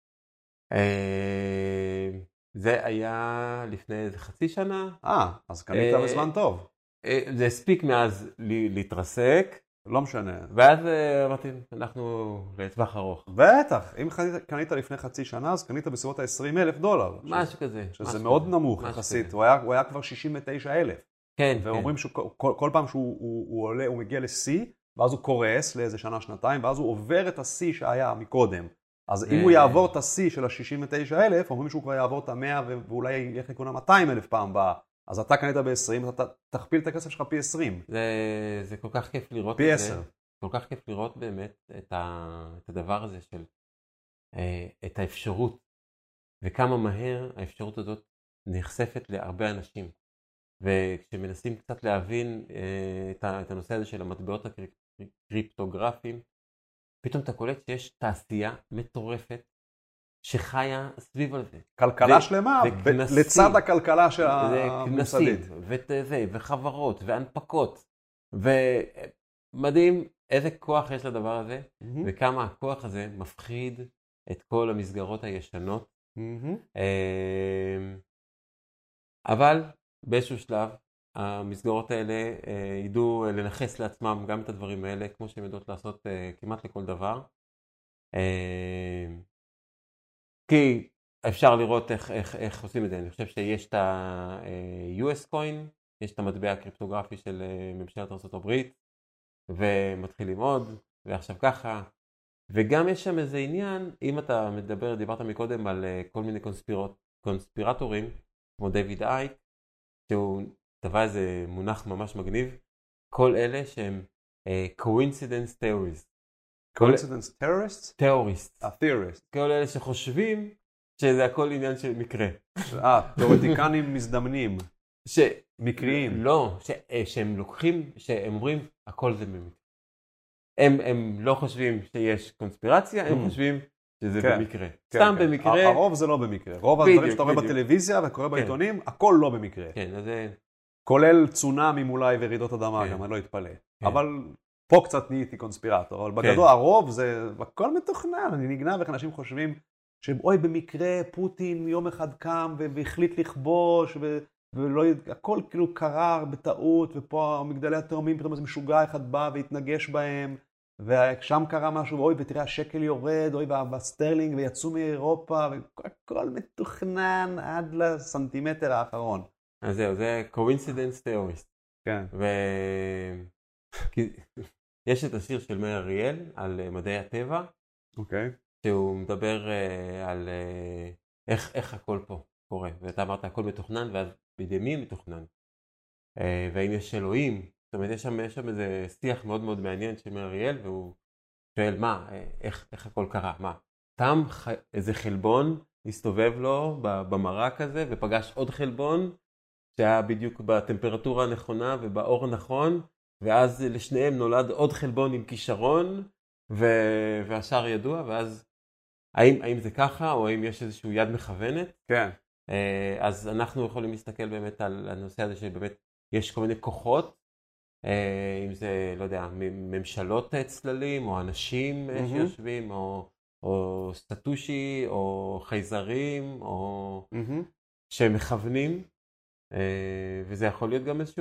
זה היה לפני איזה חצי שנה. אז קנית בזמן טוב. זה הספיק מאז להתרסק. לא משנה. ואז אמרתי, אנחנו לטווח ארוך. בטח, אם קנית לפני חצי שנה, אז קנית בסביבות $20,000. משהו כזה. שזה מאוד נמוך יחסית, הוא היה כבר 69,000. כן. ואומרים שכל פעם שהוא עולה, הוא מגיע ל-C, ואז הוא קורס לאיזה שנה, שנתיים, ואז הוא עובר את ה-C שהיה מקודם. אז אם הוא יעבור את ה-C של ה-69,000, אומרים שהוא כבר יעבור את ה-100, ואולי ילך לקונה 200,000 פעם הבאה. אז אתה קנית ב-20, אתה תכפיל את הכסף שלך פי 20. זה כל כך כיף לראות פי 10. כל כך כיף לראות באמת את הדבר הזה של את האפשרות, וכמה מהר האפשרות הזאת נחשפת להרבה אנשים. וכשמנסים קצת להבין את הנושא הזה של המטבעות הקריפטוגרפיים, פתאום אתה קולט שיש תעשייה מטורפת שחיה סביב על זה. כלכלה שלמה, לצד הכלכלה של הממסדית. וחברות, והנפקות. ומדהים איזה כוח יש לדבר הזה, וכמה הכוח הזה מפחיד את כל המסגרות הישנות. אבל באיזשהו שלב, המסגרות האלה ידעו לנחס לעצמם גם את הדברים האלה, כמו שהן יודעות לעשות כמעט לכל דבר. כי אפשר לראות איך עושים את זה. אני חושב שיש את ה-US Coin, יש את המטבע הקריפטוגרפי של ממשלת ארצות הברית, ומתחילים עוד, ועכשיו ככה. וגם יש שם איזה עניין, אם אתה דיברת מקודם על כל מיני קונספירטורים, כמו דיוויד אייק, שהוא טבע איזה מונח ממש מגניב, כל אלה שהם coincidence theories. coincidence terrorists? Theorists. theorists. כל אלה שחושבים שזה הכל עניין של מקרה. תיאורטיקנים מזדמנים. מקריים. לא, שהם לוקחים, שהם אומרים הכל זה במקרה. הם לא חושבים שיש קונספירציה, הם חושבים שזה במקרה. סתם במקרה. הרוב זה לא במקרה. רוב הדברים שאתה רואה בטלוויזיה וקורא בעיתונים, הכל לא במקרה. כן, אז זה... כולל צונאמים אולי ורעידות אדמה, גם אני לא אתפלא. אבל פה קצת נהייתי קונספירטור, אבל בגדול הרוב זה הכל מתוכנן. אני נגנב איך אנשים חושבים שאוי במקרה פוטין יום אחד קם והחליט לכבוש הכל כאילו קרה בטעות, ופה מגדלי התאומים פתאום איזה משוגע אחד בא והתנגש בהם, ושם קרה משהו, ואוי ותראה השקל יורד, אוי בסטרלינג ויצאו מאירופה, והכל מתוכנן עד לסנטימטר האחרון. אז זהו, זה coincidence theorist. כן. יש את השיר של מאיר אריאל על מדעי הטבע. אוקיי. שהוא מדבר על איך הכל פה קורה. ואתה אמרת הכל מתוכנן, ואז בדמי מתוכנן. והאם יש אלוהים. זאת אומרת, יש שם איזה שיח מאוד מאוד מעניין של מאיר אריאל, והוא שואל מה, איך הכל קרה, מה. תם איזה חלבון הסתובב לו במרק הזה, ופגש עוד חלבון, שהיה בדיוק בטמפרטורה הנכונה ובאור הנכון, ואז לשניהם נולד עוד חלבון עם כישרון, והשאר ידוע, ואז האם זה ככה, או האם יש איזשהו יד מכוונת? כן. אז אנחנו יכולים להסתכל באמת על הנושא הזה שבאמת יש כל מיני כוחות, אם זה, לא יודע, ממשלות צללים, או אנשים שיושבים, או סטטושי, או חייזרים, או שמכוונים, וזה יכול להיות גם איזושהי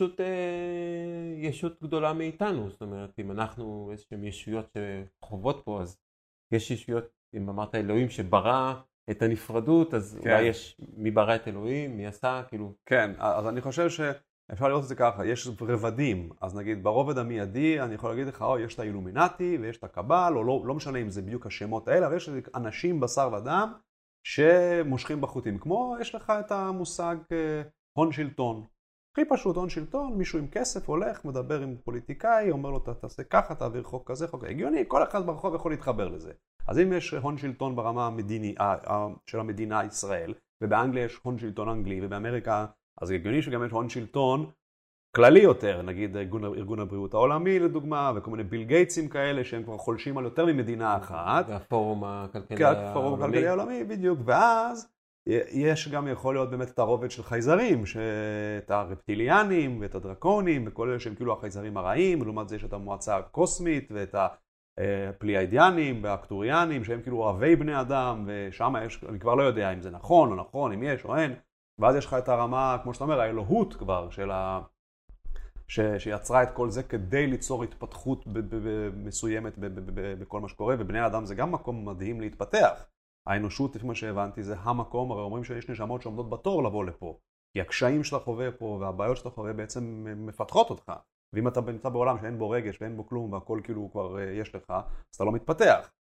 ישות גדולה מאיתנו, זאת אומרת, אם אנחנו איזשהם ישויות שחוות פה, אז יש ישויות, אם אמרת אלוהים שברא את הנפרדות, אז אולי יש מי ברא את אלוהים, מי עשה, כאילו... כן, אז אני חושב שאפשר לראות את זה ככה, יש רבדים, אז נגיד ברובד המיידי, אני יכול להגיד לך, יש את האילומינטי ויש את הקבל, או לא משנה אם זה בדיוק השמות האלה, אבל יש אנשים בשר ודם שמושכים בחוטים, כמו יש לך את המושג הון שלטון. הכי פשוט, הון שלטון, מישהו עם כסף הולך, מדבר עם פוליטיקאי, אומר לו, תעשה ככה, תעביר חוק כזה, חוק הגיוני, כל אחד ברחוב יכול להתחבר לזה. אז אם יש הון שלטון ברמה של המדינה ישראל, ובאנגליה יש הון שלטון אנגלי, ובאמריקה, אז הגיוני שגם יש הון שלטון כללי יותר, נגיד ארגון הבריאות העולמי לדוגמה, וכל מיני ביל גייטסים כאלה, שהם כבר חולשים על יותר ממדינה אחת. והפורום הכלכלי העולמי, בדיוק, ואז יש גם יכול להיות באמת את הרובד של חייזרים, את הרפטיליאנים ואת הדרקונים, וכל אלה שהם כאילו החייזרים הרעים, ולעומת זה יש את המועצה הקוסמית, ואת הפליאידיאנים והאקטוריאנים, שהם כאילו אוהבי בני אדם, ושם יש, אני כבר לא יודע אם זה נכון או נכון, אם יש או אין, ואז יש לך את הרמה, כמו שאתה אומר, האלוהות כבר, שיצרה את כל זה כדי ליצור התפתחות מסוימת בכל מה שקורה, ובני האדם זה גם מקום מדהים להתפתח. האנושות, לפי מה שהבנתי, זה המקום, הרי אומרים שיש נשמות שעומדות בתור לבוא לפה, כי הקשיים שאתה חווה פה והבעיות שאתה חווה בעצם מפתחות אותך. ואם אתה נמצא בעולם שאין בו רגש ואין בו כלום והכל כאילו כבר יש לך, אז אתה לא מתפתח.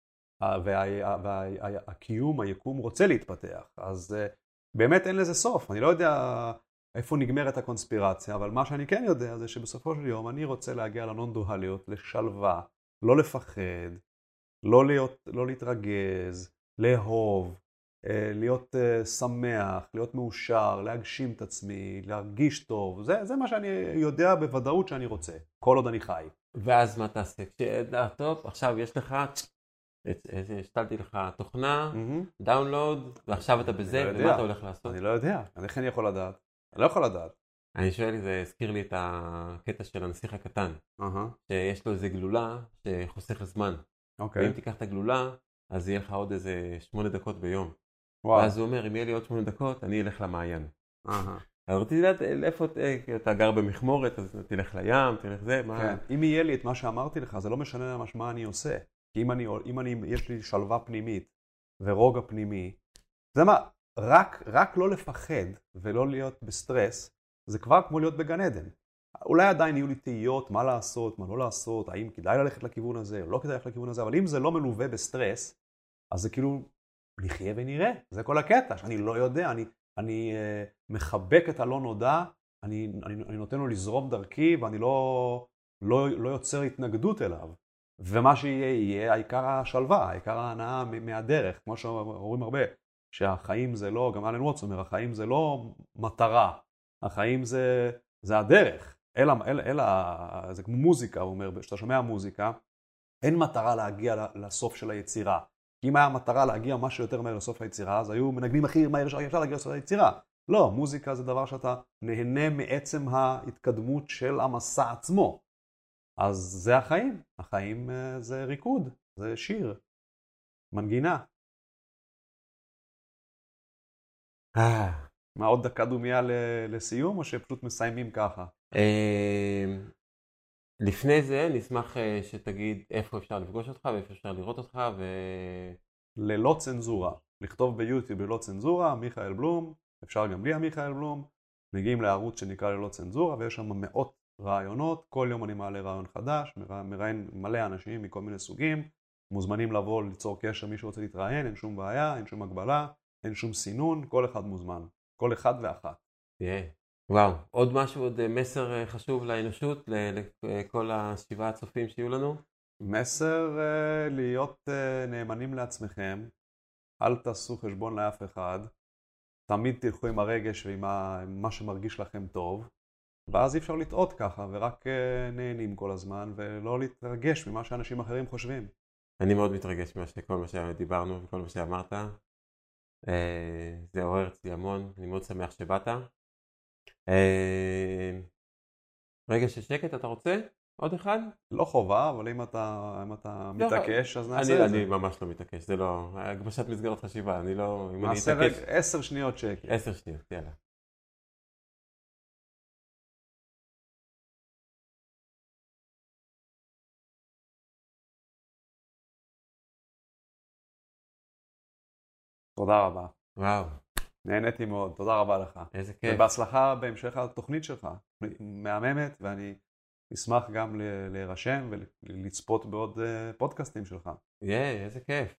והקיום, היקום רוצה להתפתח. אז באמת אין לזה סוף. אני לא יודע איפה נגמרת הקונספירציה, אבל מה שאני כן יודע זה שבסופו של יום אני רוצה להגיע לנון-דואליות, לשלווה, לא לפחד, לא להתרגז, לאהוב, להיות שמח, להיות מאושר, להגשים את עצמי, להרגיש טוב. זה מה שאני יודע בוודאות שאני רוצה, כל עוד אני חי. ואז מה תעשה? טוב, עכשיו יש לך, השתלתי לך תוכנה, דאונלוד, ועכשיו אתה בזה, ומה אתה הולך לעשות? אני לא יודע, איך אני יכול לדעת? אני לא יכול לדעת. אני שואל, זה הזכיר לי את הקטע של הנסיך הקטן, שיש לו איזה גלולה שחוסך זמן. ואם תיקח את הגלולה, אז יהיה לך עוד איזה 8 דקות ביום. ואז הוא אומר, אם יהיה לי עוד 8 דקות, אני אלך למעיין. אז רציתי לדעת איפה אתה גר במכמורת, אז תלך לים, תלך זה, מה... אם יהיה לי את מה שאמרתי לך, זה לא משנה ממש מה אני עושה. כי אם יש לי שלווה פנימית ורוגע פנימי, זה מה, רק לא לפחד ולא להיות בסטרס, זה כבר כמו להיות בגן עדן. אולי עדיין יהיו לי תהיות, מה לעשות, מה לא לעשות, האם כדאי ללכת לכיוון הזה, או לא כדאי ללכת לכיוון הזה, אבל אם זה לא מלווה בסטרס, אז זה כאילו, נחיה ונראה, זה כל הקטע, שאני לא יודע, אני מחבק את הלא נודע, אני נותן לו לזרום דרכי, ואני לא יוצר התנגדות אליו. ומה יהיה העיקר השלווה, העיקר ההנאה מהדרך, כמו שאומרים הרבה, שהחיים זה לא, גם אלן ווטס אומר, החיים זה לא מטרה, החיים זה הדרך, זה כמו מוזיקה, הוא אומר, כשאתה שומע מוזיקה, אין מטרה להגיע לסוף של היצירה. כי אם היה מטרה להגיע משהו יותר מהר לסוף היצירה, אז היו מנגנים הכי מהר שאפשר להגיע לסוף היצירה. לא, מוזיקה זה דבר שאתה נהנה מעצם ההתקדמות של המסע עצמו. אז זה החיים. החיים זה ריקוד, זה שיר, מנגינה. מה, עוד דקה דומיה לסיום, או שפשוט מסיימים ככה? לפני זה נשמח שתגיד איפה אפשר לפגוש אותך ואיפה אפשר לראות אותך ללא צנזורה. לכתוב ביוטיוב ללא צנזורה, מיכאל בלום, אפשר גם בלי מיכאל בלום. מגיעים לערוץ שנקרא ללא צנזורה, ויש שם מאות רעיונות. כל יום אני מעלה רעיון חדש, מראיין מלא אנשים מכל מיני סוגים. מוזמנים לבוא, ליצור קשר, מי שרוצה להתראיין, אין שום בעיה, אין שום הגבלה, אין שום סינון, כל אחד מוזמן. כל אחד ואחת. וואו, עוד משהו, עוד מסר חשוב לאנושות, לכל 7 הצופים שיהיו לנו? מסר להיות נאמנים לעצמכם, אל תעשו חשבון לאף אחד, תמיד תלכו עם הרגש ועם מה שמרגיש לכם טוב, ואז אי אפשר לטעות ככה, ורק נהנים כל הזמן, ולא להתרגש ממה שאנשים אחרים חושבים. אני מאוד מתרגש מכל מה שדיברנו וכל מה שאמרת. זה עורר אצלי המון, אני מאוד שמח שבאת. רגע של שקט, אתה רוצה? עוד אחד? לא חובה, אבל אם אתה מתעקש, אז נעשה את זה. אני ממש לא מתעקש, זה לא... הגמשת מסגרת חשיבה, אני לא... נעשה רק 10 שניות שקט. 10 שניות, יאללה. תודה רבה. וואו. נהניתי מאוד, תודה רבה לך. איזה כיף. ובהצלחה בהמשך התוכנית שלך. מהממת, ואני אשמח גם להירשם ולצפות בעוד פודקאסטים שלך. איזה כיף.